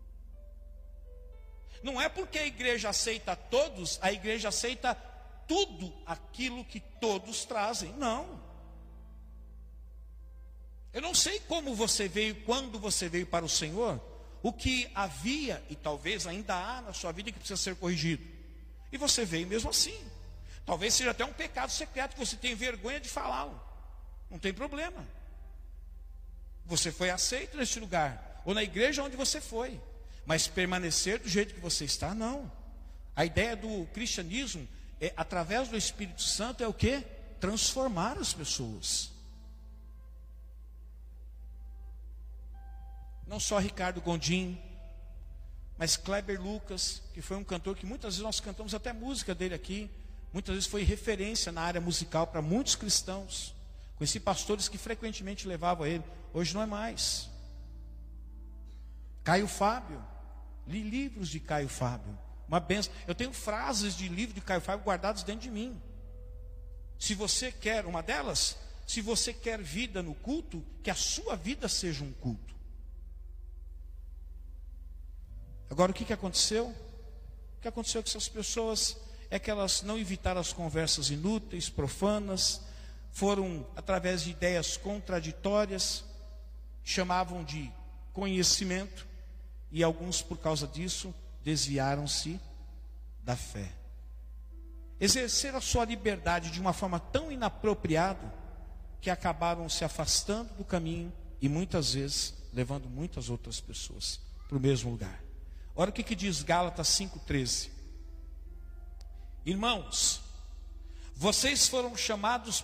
Não é porque a igreja aceita a todos, a igreja aceita tudo aquilo que todos trazem. Não. Eu não sei como você veio, quando você veio para o Senhor, o que havia e talvez ainda há na sua vida que precisa ser corrigido. E você veio mesmo assim. Talvez seja até um pecado secreto que você tem vergonha de falá-lo. Não tem problema. Você foi aceito neste lugar, ou na igreja onde você foi. Mas permanecer do jeito que você está, não. A ideia do cristianismo, através do Espírito Santo, é o quê? Transformar as pessoas. Não só Ricardo Gondim, mas Kleber Lucas, que foi um cantor que muitas vezes nós cantamos até música dele aqui. Muitas vezes foi referência na área musical para muitos cristãos. Conheci pastores que frequentemente levavam a ele. Hoje não é mais. Caio Fábio. Li livros de Caio Fábio. Uma benção. Eu tenho frases de livro de Caio Fábio guardadas dentro de mim. Se você quer, uma delas, se você quer vida no culto, que a sua vida seja um culto. Agora o que aconteceu? O que aconteceu com essas pessoas é que elas não evitaram as conversas inúteis, profanas, foram através de ideias contraditórias, chamavam de conhecimento, e alguns por causa disso desviaram-se da fé. Exerceram a sua liberdade de uma forma tão inapropriada que acabaram se afastando do caminho e muitas vezes levando muitas outras pessoas para o mesmo lugar. Olha o que diz Gálatas 5,13. Irmãos, vocês foram chamados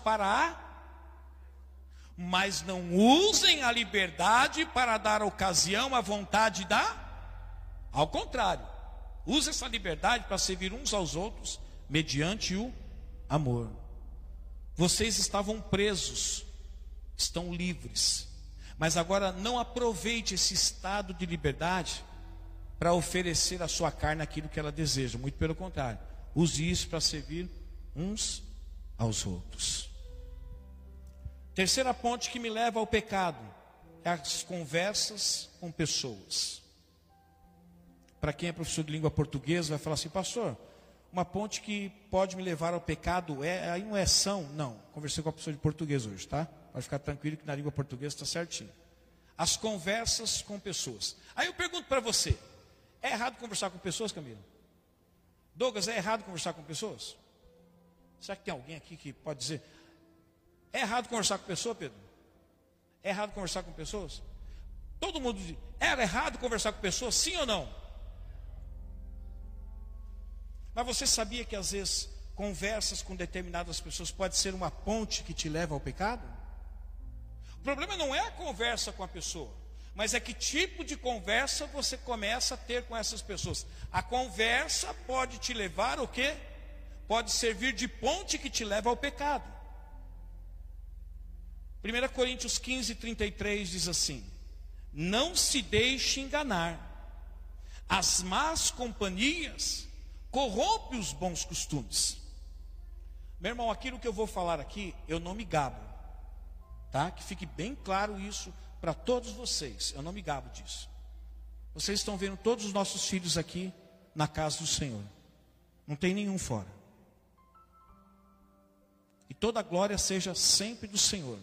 mas não usem a liberdade para dar ocasião à vontade Ao contrário, use essa liberdade para servir uns aos outros, mediante o amor. Vocês estavam presos, estão livres, mas agora não aproveite esse estado de liberdade para oferecer à sua carne aquilo que ela deseja. Muito pelo contrário, use isso para servir uns aos outros. Terceira ponte que me leva ao pecado é as conversas com pessoas. Para quem é professor de língua portuguesa vai falar assim: pastor, uma ponte que pode me levar ao pecado aí não é são? Não, conversei com a professora de português hoje, tá? Pode ficar tranquilo que na língua portuguesa está certinho. As conversas com pessoas. Aí eu pergunto para você: é errado conversar com pessoas, Camila? Douglas, é errado conversar com pessoas? Será que tem alguém aqui que pode dizer: é errado conversar com pessoas, Pedro? É errado conversar com pessoas? Todo mundo diz: era errado conversar com pessoas, sim ou não? Mas você sabia que às vezes conversas com determinadas pessoas pode ser uma ponte que te leva ao pecado? O problema não é a conversa com a pessoa, mas é que tipo de conversa você começa a ter com essas pessoas. A conversa pode te levar ao quê? Pode servir de ponte que te leva ao pecado. 1 Coríntios 15:33 diz assim: não se deixe enganar, as más companhias corrompem os bons costumes. Meu irmão, aquilo que eu vou falar aqui, eu não me gabo, tá? Que fique bem claro isso para todos vocês, eu não me gabo disso. Vocês estão vendo todos os nossos filhos aqui na casa do Senhor, não tem nenhum fora. e toda a glória seja sempre do Senhor.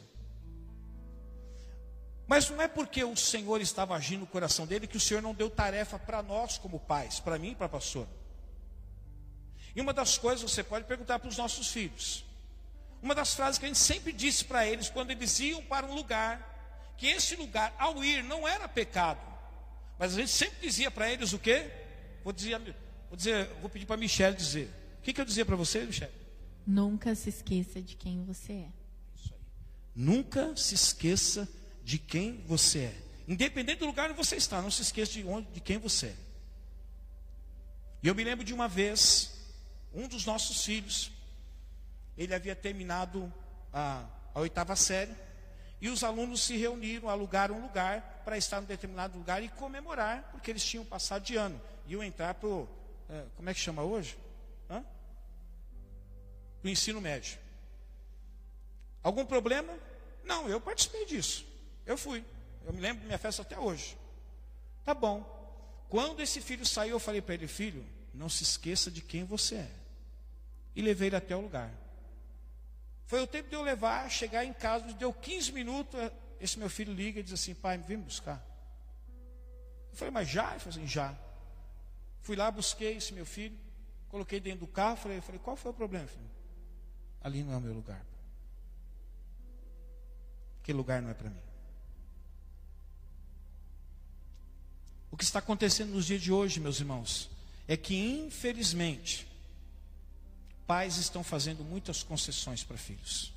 Mas não é porque o Senhor estava agindo no coração dele que o Senhor não deu tarefa para nós como pais, para mim e para a pastora. E uma das coisas você pode perguntar para os nossos filhos. Uma das frases que a gente sempre disse para eles quando eles iam para um lugar, que esse lugar ao ir não era pecado, mas a gente sempre dizia para eles o quê? Vou pedir para a Michelle dizer. O que eu dizia para você, Michelle? Nunca se esqueça de quem você é. Isso aí. Nunca se esqueça de quem você é. Independente do lugar onde você está, não se esqueça de quem você é. E eu me lembro de uma vez, um dos nossos filhos, ele havia terminado a 8ª série, e os alunos se reuniram, alugaram um lugar para estar em determinado lugar e comemorar, porque eles tinham passado de ano. Iam entrar para o, como é que chama hoje? O ensino médio. Algum problema? Não, eu participei disso. Eu fui. Eu me lembro da minha festa até hoje. Tá bom. Quando esse filho saiu, eu falei para ele: filho, não se esqueça de quem você é. E levei ele até o lugar. Foi o tempo de eu levar, chegar em casa, deu 15 minutos, esse meu filho liga e diz assim: pai, vem me buscar. Eu falei: mas já? Ele falou assim: já. Fui lá, busquei esse meu filho, coloquei dentro do carro, falei: qual foi o problema, filho? Ali não é o meu lugar. Aquele lugar não é para mim. O que está acontecendo nos dias de hoje, meus irmãos, é que infelizmente pais estão fazendo muitas concessões para filhos.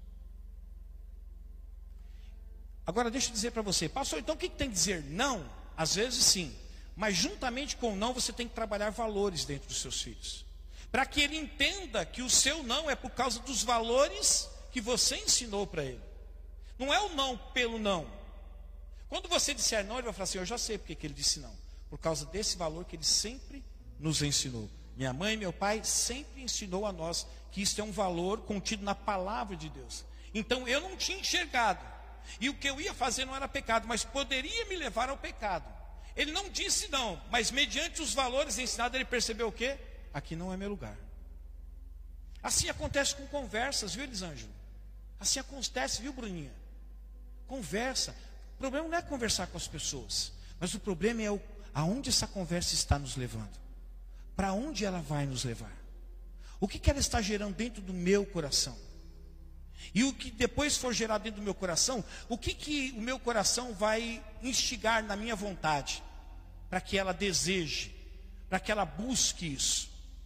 Agora deixa eu dizer para você, pastor, então o que tem que dizer? Não, às vezes sim, mas juntamente com o não você tem que trabalhar valores dentro dos seus filhos, para que ele entenda que o seu não é por causa dos valores que você ensinou para ele. Não é o não pelo não. Quando você disser não, ele vai falar assim: eu já sei porque que ele disse não, por causa desse valor que ele sempre nos ensinou. Minha mãe e meu pai sempre ensinou a nós que isso é um valor contido na palavra de Deus. Então eu não tinha enxergado, e o que eu ia fazer não era pecado, mas poderia me levar ao pecado. Ele não disse não, mas mediante os valores ensinados ele percebeu o quê? Aqui não é meu lugar. Assim acontece com conversas, viu, Elisângelo? Assim acontece, viu, Bruninha? Conversa. O problema não é conversar com as pessoas, mas o problema é aonde essa conversa está nos levando. Para onde ela vai nos levar? O que ela está gerando dentro do meu coração? E o que depois for gerado dentro do meu coração, o que o meu coração vai instigar na minha vontade, para que ela deseje, para que ela busque isso?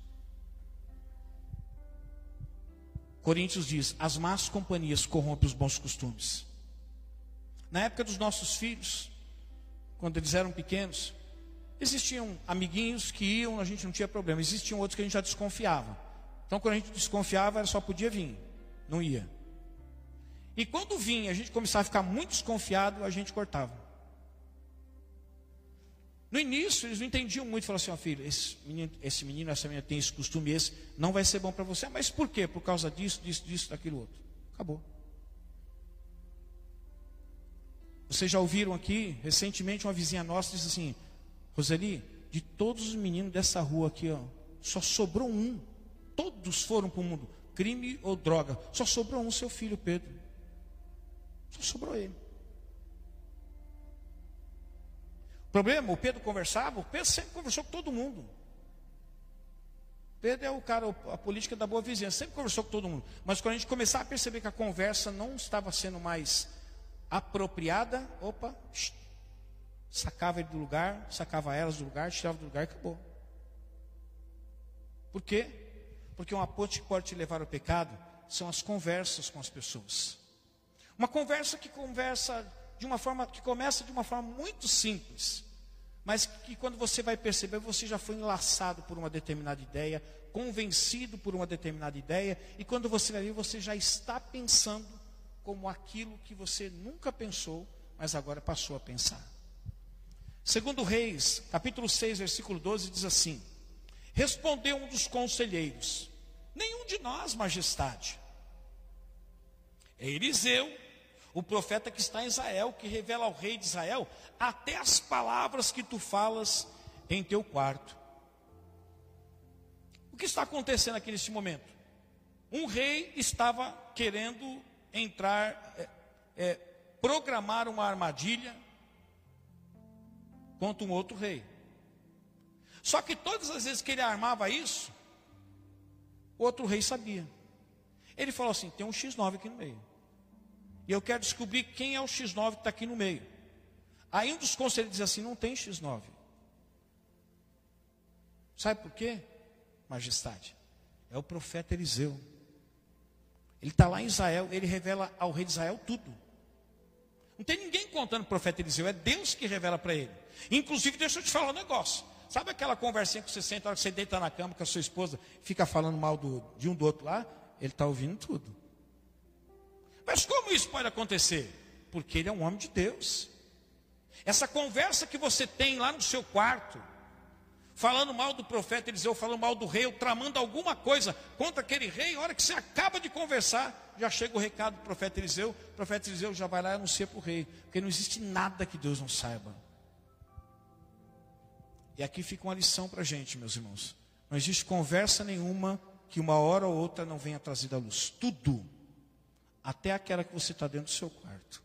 Coríntios diz: as más companhias corrompem os bons costumes. Na época dos nossos filhos, quando eles eram pequenos, existiam amiguinhos que iam, a gente não tinha problema. Existiam outros que a gente já desconfiava. Então quando a gente desconfiava, ela só podia vir, não ia. E quando vinha, a gente começava a ficar muito desconfiado, a gente cortava. No início, eles não entendiam muito. Falavam assim: ó, filho, esse menino, essa menina tem esse costume, esse não vai ser bom para você. Mas por quê? Por causa disso, daquilo outro. Acabou. Vocês já ouviram aqui, recentemente, uma vizinha nossa disse assim: Roseli, de todos os meninos dessa rua aqui, ó, só sobrou um. Todos foram para o mundo, crime ou droga. Só sobrou um, seu filho Pedro. Só sobrou ele. O problema, o Pedro sempre conversou com todo mundo. Pedro é o cara, a política da boa vizinhança, sempre conversou com todo mundo. Mas quando a gente começar a perceber que a conversa não estava sendo mais apropriada, sacava ele do lugar, sacava elas do lugar, tirava do lugar e acabou. Por quê? Porque uma ponte que pode te levar ao pecado são as conversas com as pessoas. Uma conversa que começa de uma forma muito simples, mas que quando você vai perceber, você já foi enlaçado por uma determinada ideia, convencido por uma determinada ideia, e quando você vai ver, você já está pensando como aquilo que você nunca pensou, mas agora passou a pensar. Segundo Reis, capítulo 6, versículo 12, diz assim: respondeu um dos conselheiros: nenhum de nós, majestade. É Eliseu, o profeta que está em Israel, que revela ao rei de Israel até as palavras que tu falas em teu quarto. O que está acontecendo aqui neste momento? Um rei estava querendo programar uma armadilha contra um outro rei. Só que todas as vezes que ele armava isso, o outro rei sabia. Ele falou assim: tem um X9 aqui no meio, e eu quero descobrir quem é o X9 que está aqui no meio. Aí um dos conselheiros diz assim: não tem X9. Sabe por quê, majestade? É o profeta Eliseu. Ele está lá em Israel, ele revela ao rei de Israel tudo. Não tem ninguém contando o profeta Eliseu, é Deus que revela para ele. Inclusive, deixa eu te falar um negócio. Sabe aquela conversinha que você senta, a hora que você deita na cama com a sua esposa, fica falando mal de um do outro lá? Ele está ouvindo tudo. Mas como isso pode acontecer? Porque ele é um homem de Deus. Essa conversa que você tem lá no seu quarto, falando mal do profeta Eliseu, falando mal do rei, ou tramando alguma coisa contra aquele rei, a hora que você acaba de conversar, já chega o recado do profeta Eliseu, o profeta Eliseu já vai lá e anuncia para o rei, porque não existe nada que Deus não saiba. E aqui fica uma lição para a gente, meus irmãos. Não existe conversa nenhuma que uma hora ou outra não venha trazida à luz. Tudo, até aquela que você está dentro do seu quarto.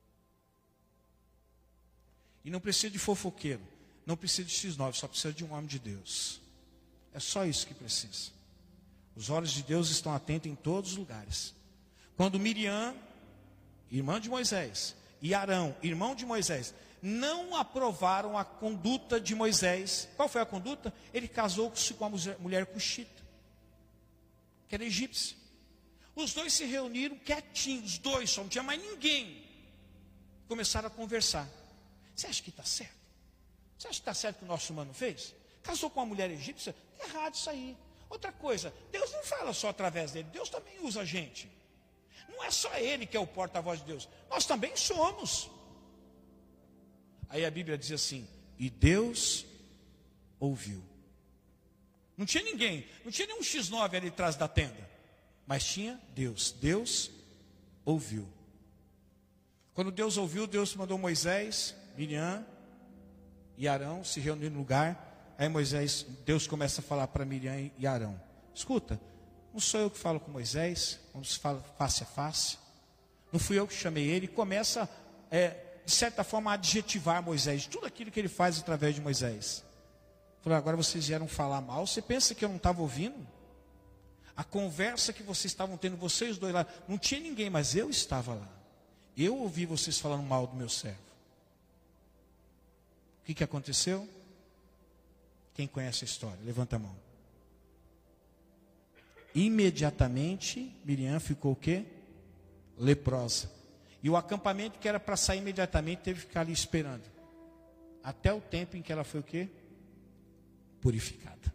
E não precisa de fofoqueiro, não precisa de X9, só precisa de um homem de Deus. É só isso que precisa. Os olhos de Deus estão atentos em todos os lugares. Quando Miriam, irmã de Moisés, e Arão, irmão de Moisés, não aprovaram a conduta de Moisés. Qual foi a conduta? Ele casou-se com uma mulher cuxita, que era egípcia. Os dois se reuniram quietinhos, os dois, só não tinha mais ninguém. Começaram a conversar. Você acha que está certo? Você acha que está certo o que o nosso irmão fez? Casou com uma mulher egípcia? É errado isso aí. Outra coisa, Deus não fala só através dele, Deus também usa a gente. Não é só ele que é o porta-voz de Deus, nós também somos. Aí a Bíblia diz assim: e Deus ouviu. Não tinha ninguém, não tinha nenhum X9 ali atrás da tenda, mas tinha Deus. Deus ouviu. Quando Deus ouviu, Deus mandou Moisés, Miriam e Arão se reunir no lugar. Aí Deus começa a falar para Miriam e Arão: escuta, não sou eu que falo com Moisés, vamos falar face a face. Não fui eu que chamei ele. E começa, de certa forma, a adjetivar Moisés, tudo aquilo que ele faz através de Moisés. Falou: agora vocês vieram falar mal, você pensa que eu não estava ouvindo? A conversa que vocês estavam tendo, vocês dois lá, não tinha ninguém, mas eu estava lá. Eu ouvi vocês falando mal do meu servo. O que aconteceu? Quem conhece a história? Levanta a mão. Imediatamente, Miriam ficou o quê? Leprosa. E o acampamento que era para sair imediatamente, teve que ficar ali esperando. Até o tempo em que ela foi o quê? Purificada.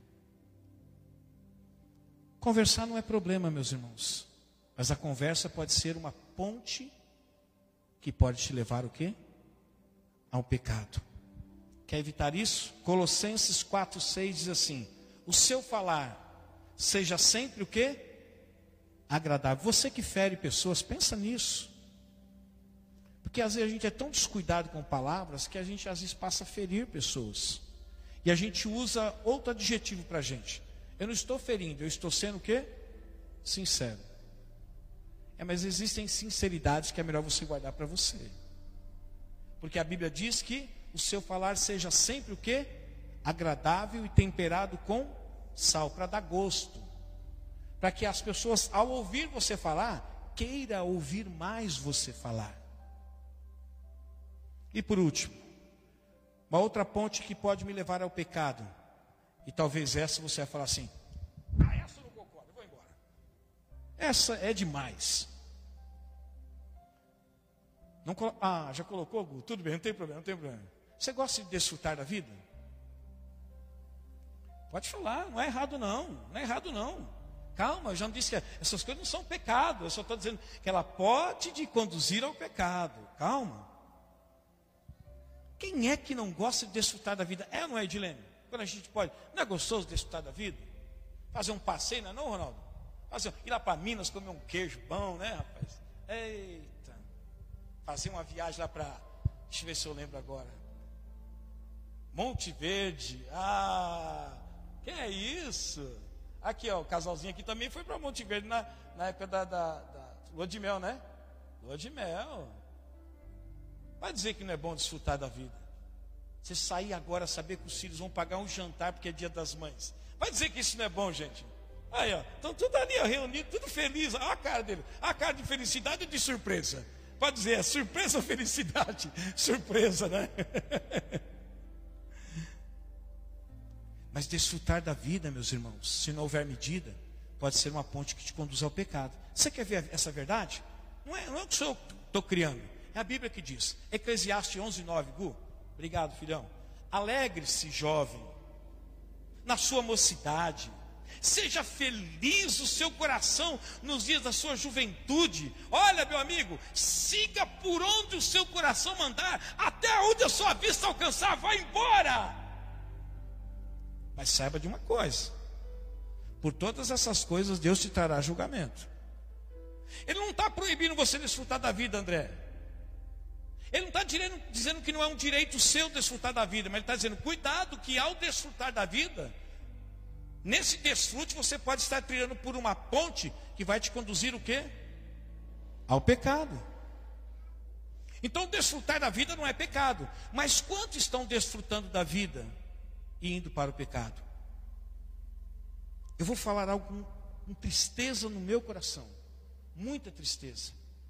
Conversar não é problema, meus irmãos. Mas a conversa pode ser uma ponte que pode te levar o quê? Ao pecado. Quer evitar isso? Colossenses 4:6 diz assim: o seu falar seja sempre o quê? Agradável. Você que fere pessoas, pensa nisso. Porque às vezes a gente é tão descuidado com palavras que a gente às vezes passa a ferir pessoas. E a gente usa outro adjetivo para a gente. Eu não estou ferindo, eu estou sendo o quê? Sincero. Mas existem sinceridades que é melhor você guardar para você. Porque a Bíblia diz que o seu falar seja sempre o quê? Agradável e temperado com sal, para dar gosto. Para que as pessoas, ao ouvir você falar, queira ouvir mais você falar. E por último, uma outra ponte que pode me levar ao pecado. E talvez essa você vai falar assim: essa eu não concordo, eu vou embora. Essa é demais. Não, já colocou, Gu? Tudo bem, não tem problema, não tem problema. Você gosta de desfrutar da vida? Pode falar, não é errado não, não é errado não. Calma, eu já não disse que essas coisas não são pecado, eu só estou dizendo que ela pode te conduzir ao pecado. Calma. Quem é que não gosta de desfrutar da vida? É ou não é, Edilene? Quando a gente pode, não é gostoso desfrutar da vida? Fazer um passeio, não é não, Ronaldo? Ir lá para Minas comer um queijo bom, né, rapaz? Eita. Fazer uma viagem lá para, deixa eu ver se eu lembro agora, Monte Verde. Que é isso? Aqui, ó, o casalzinho aqui também foi para Monte Verde na época da lua de mel, né? Lua de mel. Vai dizer que não é bom desfrutar da vida. Você sair agora, saber que os filhos vão pagar um jantar porque é dia das mães. Vai dizer que isso não é bom, gente? Aí, ó, estão tudo ali, ó, reunido, tudo feliz. Olha a cara dele, a cara de felicidade ou de surpresa? Pode dizer, é surpresa ou felicidade? Surpresa, né? Mas desfrutar da vida, meus irmãos, se não houver medida, pode ser uma ponte que te conduz ao pecado. Você quer ver essa verdade? Não é o que eu estou criando, é a Bíblia que diz. Eclesiastes 11:9, Gu, obrigado, filhão. Alegre-se, jovem, na sua mocidade. Seja feliz o seu coração nos dias da sua juventude. Olha, meu amigo, siga por onde o seu coração mandar, até onde a sua vista alcançar, vai embora. Mas saiba de uma coisa: por todas essas coisas Deus te trará julgamento. Ele não está proibindo você desfrutar da vida, André. Ele não está dizendo que não é um direito seu desfrutar da vida, mas ele está dizendo, cuidado que ao desfrutar da vida, nesse desfrute você pode estar trilhando por uma ponte que vai te conduzir o quê? Ao pecado. Então desfrutar da vida não é pecado. Mas quantos estão desfrutando da vida e indo para o pecado? Eu vou falar algo com tristeza no meu coração. Muita tristeza.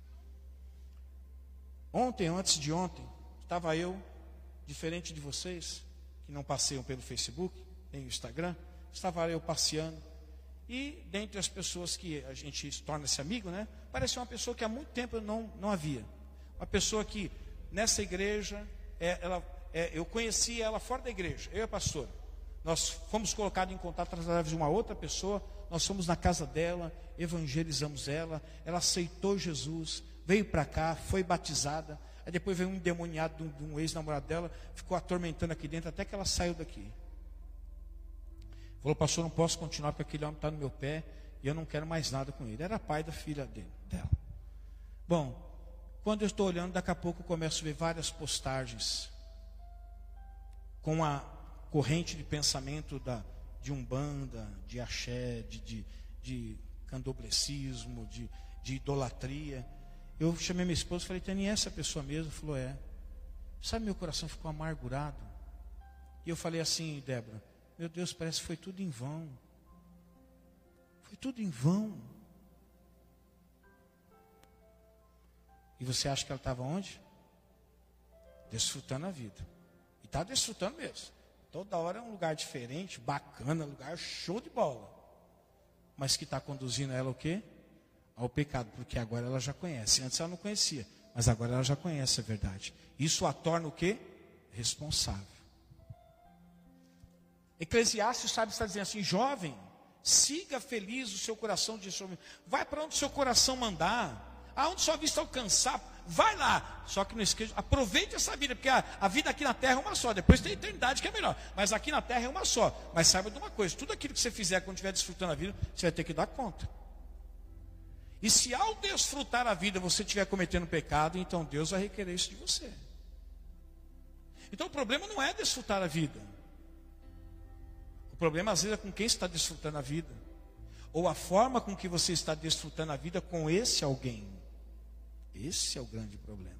Ontem, antes de ontem, estava eu, diferente de vocês, que não passeiam pelo Facebook, nem o Instagram, estava eu passeando, e dentre as pessoas que a gente torna-se amigo, né, parecia uma pessoa que há muito tempo eu não havia. Uma pessoa que, nessa igreja, eu conhecia ela fora da igreja, eu e a pastora. Nós fomos colocados em contato através de uma outra pessoa, nós fomos na casa dela, evangelizamos ela aceitou Jesus, veio para cá, foi batizada. Aí depois veio um endemoniado de um ex-namorado dela, ficou atormentando aqui dentro, até que ela saiu daqui. Falou, pastor, não posso continuar porque aquele homem está no meu pé e eu não quero mais nada com ele. Era pai da filha dela. Bom, quando eu estou olhando, daqui a pouco eu começo a ver várias postagens com a corrente de pensamento de umbanda, de axé, de candoblecismo, de idolatria. Eu chamei minha esposa e falei, Tânia, essa pessoa mesmo? Falou, é. Sabe, meu coração ficou amargurado. E eu falei assim, Débora, meu Deus, parece que foi tudo em vão. Foi tudo em vão. E você acha que ela estava onde? Desfrutando a vida. E está desfrutando mesmo. Toda hora é um lugar diferente, bacana, lugar show de bola. Mas que está conduzindo ela o quê? Ao pecado, porque agora ela já conhece. Antes ela não conhecia, mas agora ela já conhece a verdade. Isso a torna o quê? Responsável. Eclesiastes, sabe, está dizendo assim, jovem, siga feliz o seu coração, vai para onde o seu coração mandar, aonde sua vista alcançar, vai lá. Só que não esqueça, aproveite essa vida, porque a vida aqui na terra é uma só, depois tem a eternidade que é melhor, mas aqui na terra é uma só. Mas saiba de uma coisa, tudo aquilo que você fizer quando estiver desfrutando a vida, você vai ter que dar conta. E se ao desfrutar a vida você estiver cometendo pecado, então Deus vai requerer isso de você. Então o problema não é desfrutar a vida. O problema às vezes é com quem está desfrutando a vida, ou a forma com que você está desfrutando a vida com esse alguém. Esse é o grande problema.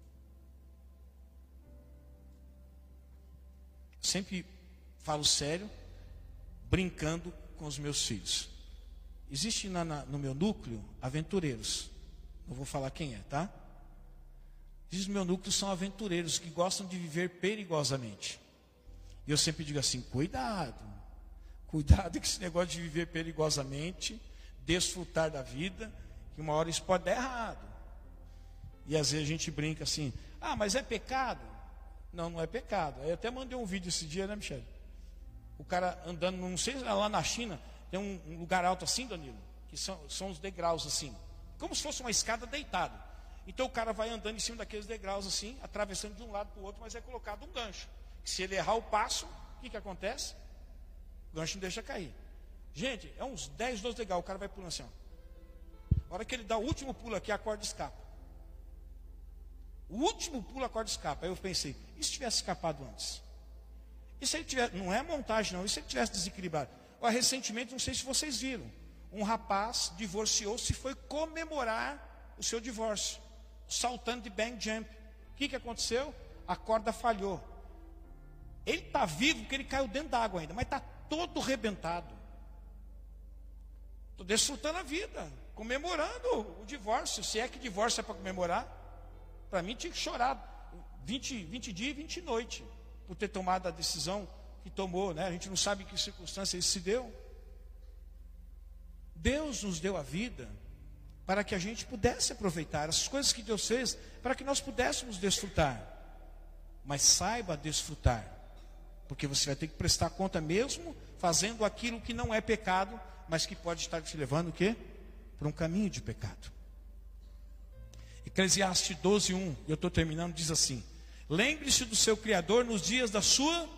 Sempre falo sério, brincando com os meus filhos. Existe no meu núcleo aventureiros. Não vou falar quem é, tá? Existe no meu núcleo, são aventureiros que gostam de viver perigosamente. E eu sempre digo assim, cuidado com esse negócio de viver perigosamente, desfrutar da vida, que uma hora isso pode dar errado. E às vezes a gente brinca assim, mas é pecado? Não, não é pecado. Aí eu até mandei um vídeo esse dia, né, Michele? O cara andando, não sei, lá na China, tem um lugar alto assim, Danilo, que são os degraus assim, como se fosse uma escada deitada. Então o cara vai andando em cima daqueles degraus assim, atravessando de um lado para o outro, mas é colocado um gancho. Que se ele errar o passo, o que acontece? O gancho não deixa cair. Gente, é uns 10, 12 degraus, o cara vai pulando assim, ó. A hora que ele dá o último pulo aqui, a corda escapa. O último pulo, a corda escapa. Aí eu pensei, e se tivesse escapado antes? E se ele tivesse, não é montagem não, e se ele tivesse desequilibrado? Recentemente, não sei se vocês viram, um rapaz divorciou-se e foi comemorar o seu divórcio, saltando de bang jump. O que aconteceu? A corda falhou. Ele está vivo porque ele caiu dentro d'água ainda, mas está todo arrebentado. Estou desfrutando a vida, comemorando o divórcio. Se é que divórcio é para comemorar, para mim tinha que chorar 20 dias e 20 noites por ter tomado a decisão que tomou, né? A gente não sabe em que circunstância isso se deu. Deus nos deu a vida para que a gente pudesse aproveitar as coisas que Deus fez, para que nós pudéssemos desfrutar. Mas saiba desfrutar, porque você vai ter que prestar conta mesmo fazendo aquilo que não é pecado, mas que pode estar te levando o quê? Para um caminho de pecado. Eclesiastes 12:1, eu estou terminando, diz assim: lembre-se do seu Criador nos dias da sua,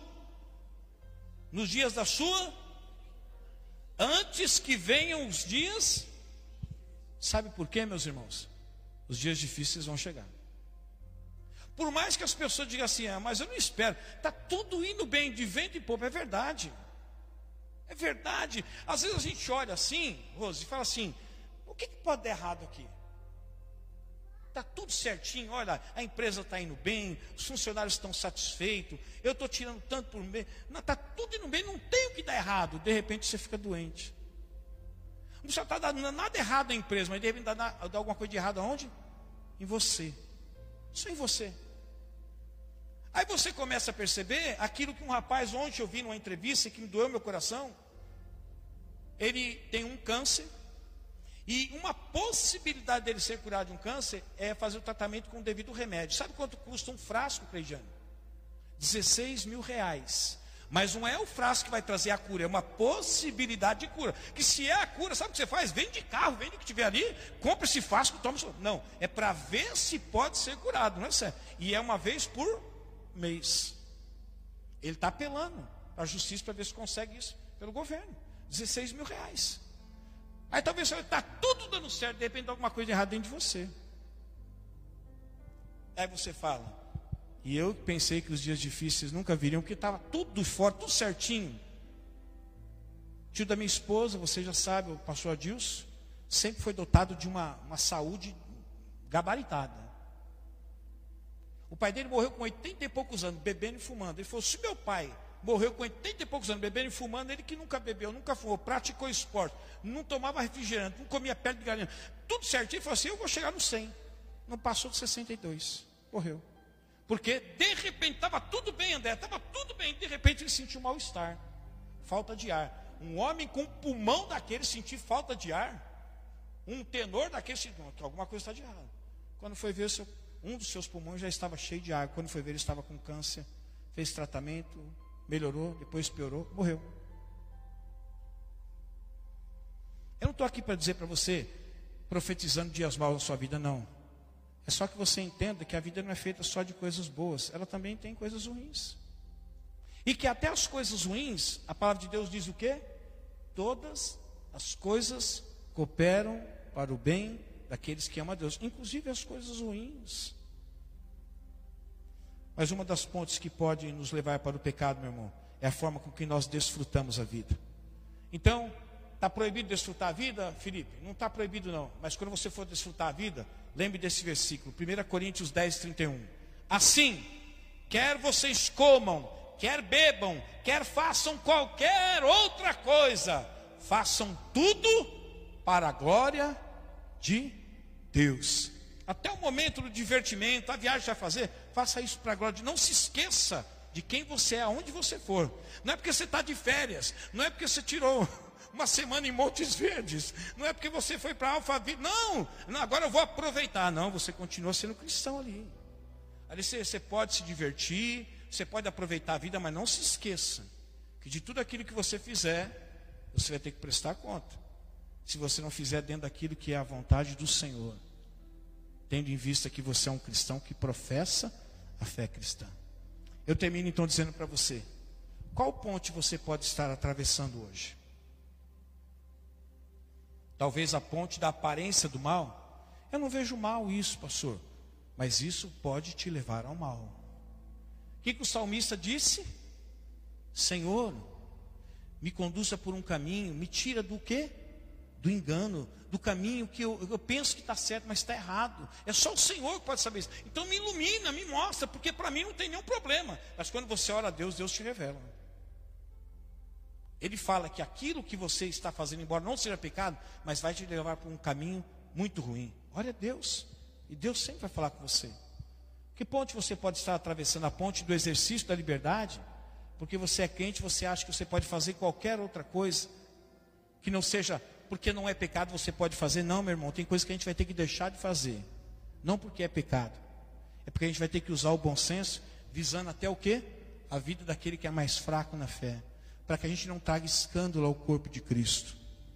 antes que venham os dias. Sabe por quê, meus irmãos? Os dias difíceis vão chegar. Por mais que as pessoas digam assim, mas eu não espero, está tudo indo bem, de vento e pouco. É verdade. É verdade. Às vezes a gente olha assim, Rose, e fala assim: o que pode dar errado aqui? Está tudo certinho, olha, a empresa está indo bem, os funcionários estão satisfeitos, eu estou tirando tanto por mês, está tudo indo bem, não tem o que dar errado. De repente você fica doente. Não está dando nada errado na empresa, mas de repente dá alguma coisa de errado aonde? Em você. Só em você. Aí você começa a perceber aquilo que um rapaz ontem eu vi numa entrevista que me doeu meu coração. Ele tem um câncer. E uma possibilidade dele ser curado de um câncer é fazer o tratamento com o devido remédio. Sabe quanto custa um frasco, Cleidiano? R$16.000. Mas não é o frasco que vai trazer a cura, é uma possibilidade de cura. Que se é a cura, sabe o que você faz? Vende carro, vende o que tiver ali, compra esse frasco, toma isso. Não, é para ver se pode ser curado, não é certo? E é uma vez por mês. Ele está apelando para a justiça para ver se consegue isso pelo governo. R$16.000. Aí talvez você está tudo dando certo, de repente alguma coisa errada dentro de você. Aí você fala: e eu pensei que os dias difíceis nunca viriam, porque estava tudo forte, tudo certinho. Tio da minha esposa, você já sabe, o pastor Adilson, sempre foi dotado de uma saúde gabaritada. O pai dele morreu com 80 e poucos anos, bebendo e fumando. Ele falou: se meu pai morreu com 80 e poucos anos, bebendo e fumando, ele que nunca bebeu, nunca fumou, praticou esporte, não tomava refrigerante, não comia pele de galinha, tudo certinho, ele falou assim: eu vou chegar no 100. Não passou de 62, morreu. Porque de repente estava tudo bem, André, estava tudo bem, de repente ele sentiu mal-estar, falta de ar. Um homem com pulmão daquele sentir falta de ar, um tenor daquele sentir, alguma coisa está de errado. Quando foi ver, um dos seus pulmões já estava cheio de ar. Quando foi ver, ele estava com câncer, fez tratamento, melhorou, depois piorou, morreu. Eu não estou aqui para dizer para você, profetizando dias maus na sua vida, não. É só que você entenda que a vida não é feita só de coisas boas, ela também tem coisas ruins. E que até as coisas ruins, a palavra de Deus diz o quê? Todas as coisas cooperam para o bem daqueles que amam a Deus, inclusive as coisas ruins. Mas uma das pontes que pode nos levar para o pecado, meu irmão, é a forma com que nós desfrutamos a vida. Então, está proibido desfrutar a vida, Felipe? Não está proibido não, mas quando você for desfrutar a vida, lembre desse versículo, 1 Coríntios 10:31. Assim, quer vocês comam, quer bebam, quer façam qualquer outra coisa, façam tudo para a glória de Deus. Até o momento do divertimento, a viagem que vai fazer, faça isso para a glória de Deus. Não se esqueça de quem você é, aonde você for. Não é porque você está de férias, não é porque você tirou uma semana em Montes Verdes, não é porque você foi para Alphaville, não, agora eu vou aproveitar. Não, você continua sendo cristão ali. Ali você pode se divertir, você pode aproveitar a vida, mas não se esqueça que de tudo aquilo que você fizer, você vai ter que prestar conta. Se você não fizer dentro daquilo que é a vontade do Senhor, tendo em vista que você é um cristão que professa a fé cristã. Eu termino então dizendo para você, qual ponte você pode estar atravessando hoje? Talvez a ponte da aparência do mal. Eu não vejo mal isso, pastor, mas isso pode te levar ao mal. O que o salmista disse? Senhor, me conduza por um caminho, me tira do quê? Do engano, do caminho que eu penso que está certo, mas está errado. É só o Senhor que pode saber isso. Então me ilumina, me mostra, porque para mim não tem nenhum problema. Mas quando você ora a Deus, Deus te revela. Ele fala que aquilo que você está fazendo, embora não seja pecado, mas vai te levar para um caminho muito ruim. Ore a Deus, e Deus sempre vai falar com você. Que ponte você pode estar atravessando? A ponte do exercício da liberdade? Porque você é crente, você acha que você pode fazer qualquer outra coisa que não seja, porque não é pecado, você pode fazer. Não, meu irmão, tem coisa que a gente vai ter que deixar de fazer. Não porque é pecado, é porque a gente vai ter que usar o bom senso, visando até o quê? A vida daquele que é mais fraco na fé, para que a gente não traga escândalo ao corpo de Cristo.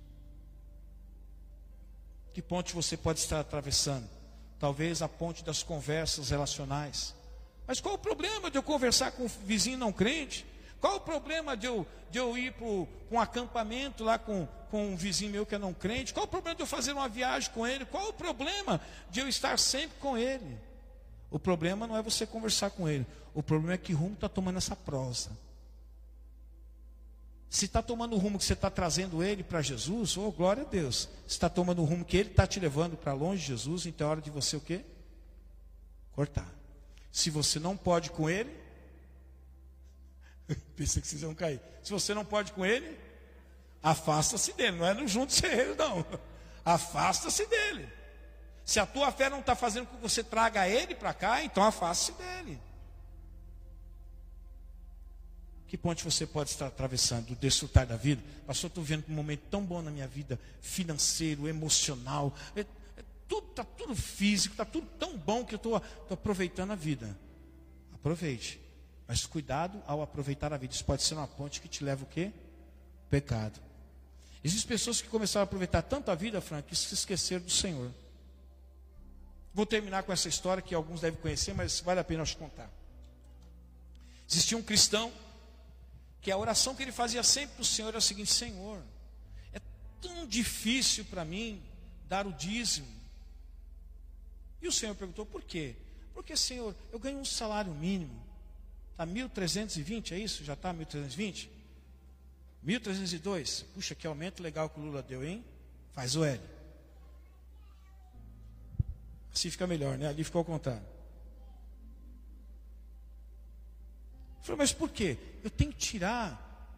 Que ponte você pode estar atravessando? Talvez a ponte das conversas relacionais. Mas qual o problema de eu conversar com um vizinho não crente? Qual o problema de eu ir para um acampamento lá com um vizinho meu que é não crente? Qual o problema de eu fazer uma viagem com ele? Qual o problema de eu estar sempre com ele? O problema não é você conversar com ele. O problema é que rumo está tomando essa prosa. Se está tomando o rumo que você está trazendo ele para Jesus, oh, glória a Deus. Se está tomando o rumo que ele está te levando para longe de Jesus, então é hora de você o quê? Cortar. Se você não pode com ele, pensei que vocês iam cair. Se você não pode com ele, afasta-se dele. Não é junto-se a ele, não. Afasta-se dele. Se a tua fé não está fazendo com que você traga ele para cá, então afaste-se dele. Que ponte você pode estar atravessando? Do desfrutar da vida? Pastor, estou vendo um momento tão bom na minha vida, financeiro, emocional, está tudo físico, está tudo tão bom que eu estou aproveitando a vida. Aproveite, mas cuidado ao aproveitar a vida. Isso pode ser uma ponte que te leva o quê? Pecado. Existem pessoas que começaram a aproveitar tanto a vida, Frank, que se esqueceram do Senhor. Vou terminar com essa história que alguns devem conhecer, mas vale a pena eu te contar. Existia um cristão que a oração que ele fazia sempre para o Senhor era a seguinte: Senhor, é tão difícil para mim dar o dízimo. E o Senhor perguntou: por quê? Porque, Senhor, eu ganho um salário mínimo. Está 1.320, é isso? Já está 1.320? 1.302. Puxa, que aumento legal que o Lula deu, hein? Faz o L. Assim fica melhor, né? Ali ficou ao contrário. Eu falei: mas por quê? Eu tenho que tirar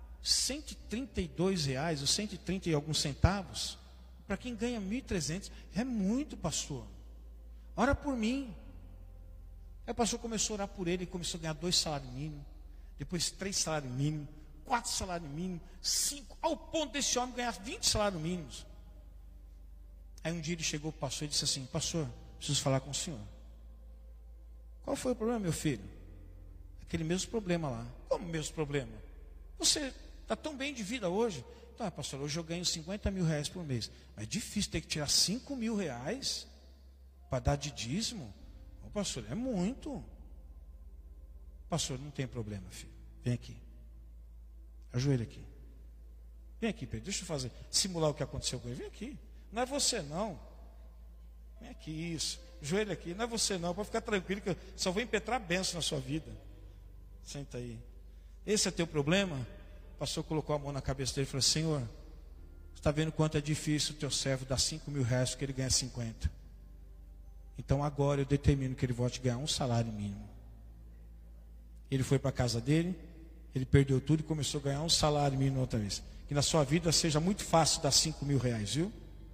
R$132, ou 130 e alguns centavos, para quem ganha 1.300. É muito, pastor. Ora por mim. Aí o pastor começou a orar por ele, e começou a ganhar 2 salários mínimos, depois 3 salários mínimos, 4 salários mínimos, 5, ao ponto desse homem ganhar 20 salários mínimos. Aí um dia ele chegou para o pastor e disse assim: pastor, preciso falar com o senhor. Qual foi o problema, meu filho? Aquele mesmo problema lá. Como mesmo problema? Você está tão bem de vida hoje. Então, pastor, hoje eu ganho R$50 mil por mês. Mas é difícil ter que tirar R$5 mil para dar de dízimo. Ô, pastor, é muito. Pastor, não tem problema, filho. Vem aqui. Ajoelha aqui. Vem aqui, Pedro. Deixa eu simular o que aconteceu com ele. Vem aqui. Não é você, não. Vem aqui, isso. Ajoelha aqui. Não é você, não. Pode ficar tranquilo que eu só vou impetrar bênção na sua vida. Senta aí. Esse é teu problema? O pastor colocou a mão na cabeça dele e falou: Senhor, você está vendo quanto é difícil o teu servo dar R$5 mil porque ele ganha 50. Então agora eu determino que ele volte a ganhar um salário mínimo. Ele foi para a casa dele, ele perdeu tudo e começou a ganhar um salário mínimo outra vez. Que na sua vida seja muito fácil dar R$5 mil, viu?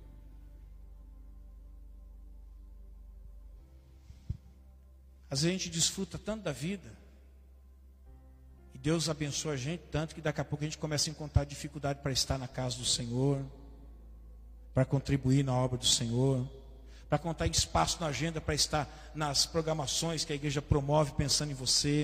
Às vezes a gente desfruta tanto da vida, e Deus abençoa a gente tanto, que daqui a pouco a gente começa a encontrar dificuldade para estar na casa do Senhor, para contribuir na obra do Senhor, para contar espaço na agenda para estar nas programações que a igreja promove pensando em você.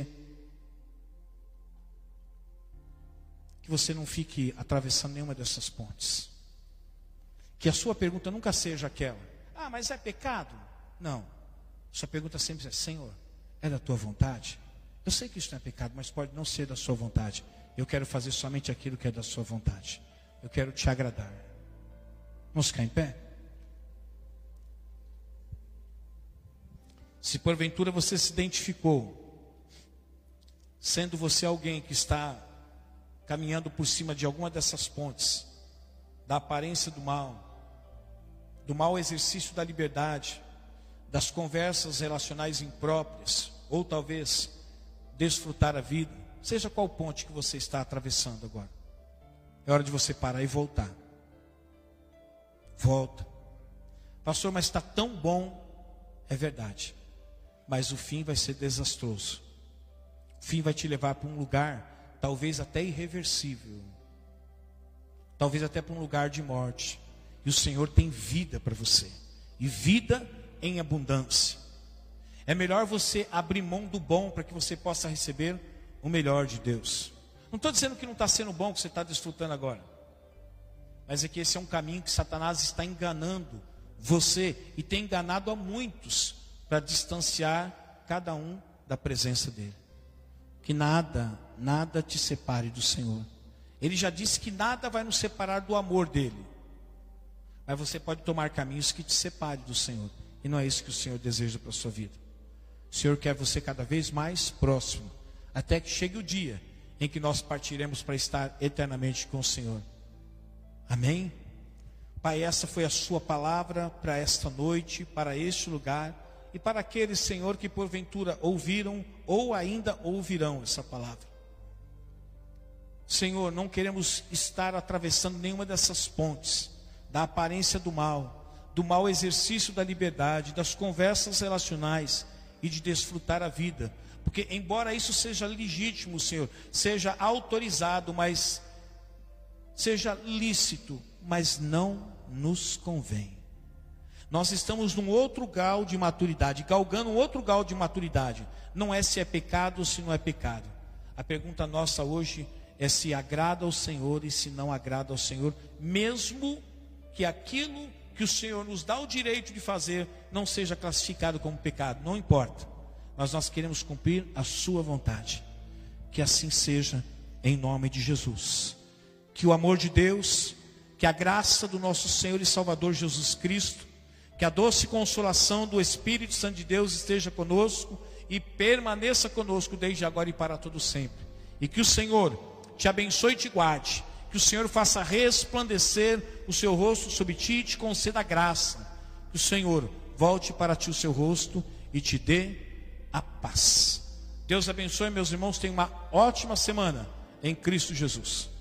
Que você não fique atravessando nenhuma dessas pontes. Que a sua pergunta nunca seja aquela: ah, mas é pecado? Não. Sua pergunta sempre é: Senhor, é da tua vontade? Eu sei que isso não é pecado, mas pode não ser da sua vontade. Eu quero fazer somente aquilo que é da sua vontade. Eu quero te agradar. Vamos ficar em pé? Se porventura você se identificou, sendo você alguém que está caminhando por cima de alguma dessas pontes, da aparência do mau exercício da liberdade, das conversas relacionais impróprias, ou talvez desfrutar a vida, seja qual ponte que você está atravessando agora, é hora de você parar e voltar. Volta. Pastor, mas está tão bom. É verdade, mas o fim vai ser desastroso. O fim vai te levar para um lugar, talvez até irreversível, talvez até para um lugar de morte. E o Senhor tem vida para você, e vida em abundância. É melhor você abrir mão do bom para que você possa receber o melhor de Deus. Não estou dizendo que não está sendo bom, que você está desfrutando agora, mas é que esse é um caminho que Satanás está enganando você, e tem enganado a muitos, para distanciar cada um da presença dele. Que nada te separe do Senhor. Ele já disse que nada vai nos separar do amor dele, mas você pode tomar caminhos que te separem do Senhor, e não é isso que o Senhor deseja para a sua vida. O Senhor quer você cada vez mais próximo, até que chegue o dia em que nós partiremos para estar eternamente com o Senhor. Amém? Pai, essa foi a sua palavra para esta noite, para este lugar, e para aqueles, Senhor, que porventura ouviram ou ainda ouvirão essa palavra. Senhor, não queremos estar atravessando nenhuma dessas pontes, da aparência do mau exercício da liberdade, das conversas relacionais e de desfrutar a vida, porque embora isso seja legítimo, Senhor, seja autorizado, mas seja lícito, mas não nos convém. Nós estamos num outro grau de maturidade, galgando um outro grau de maturidade. Não é se é pecado ou se não é pecado. A pergunta nossa hoje é se agrada ao Senhor e se não agrada ao Senhor, mesmo que aquilo que o Senhor nos dá o direito de fazer não seja classificado como pecado. Não importa, mas nós queremos cumprir a sua vontade. Que assim seja, em nome de Jesus. Que o amor de Deus, que a graça do nosso Senhor e Salvador Jesus Cristo, que a doce consolação do Espírito Santo de Deus esteja conosco e permaneça conosco desde agora e para todo sempre. E que o Senhor te abençoe e te guarde. Que o Senhor faça resplandecer o seu rosto sobre ti e te conceda graça. Que o Senhor volte para ti o seu rosto e te dê a paz. Deus abençoe, meus irmãos. Tenham uma ótima semana em Cristo Jesus.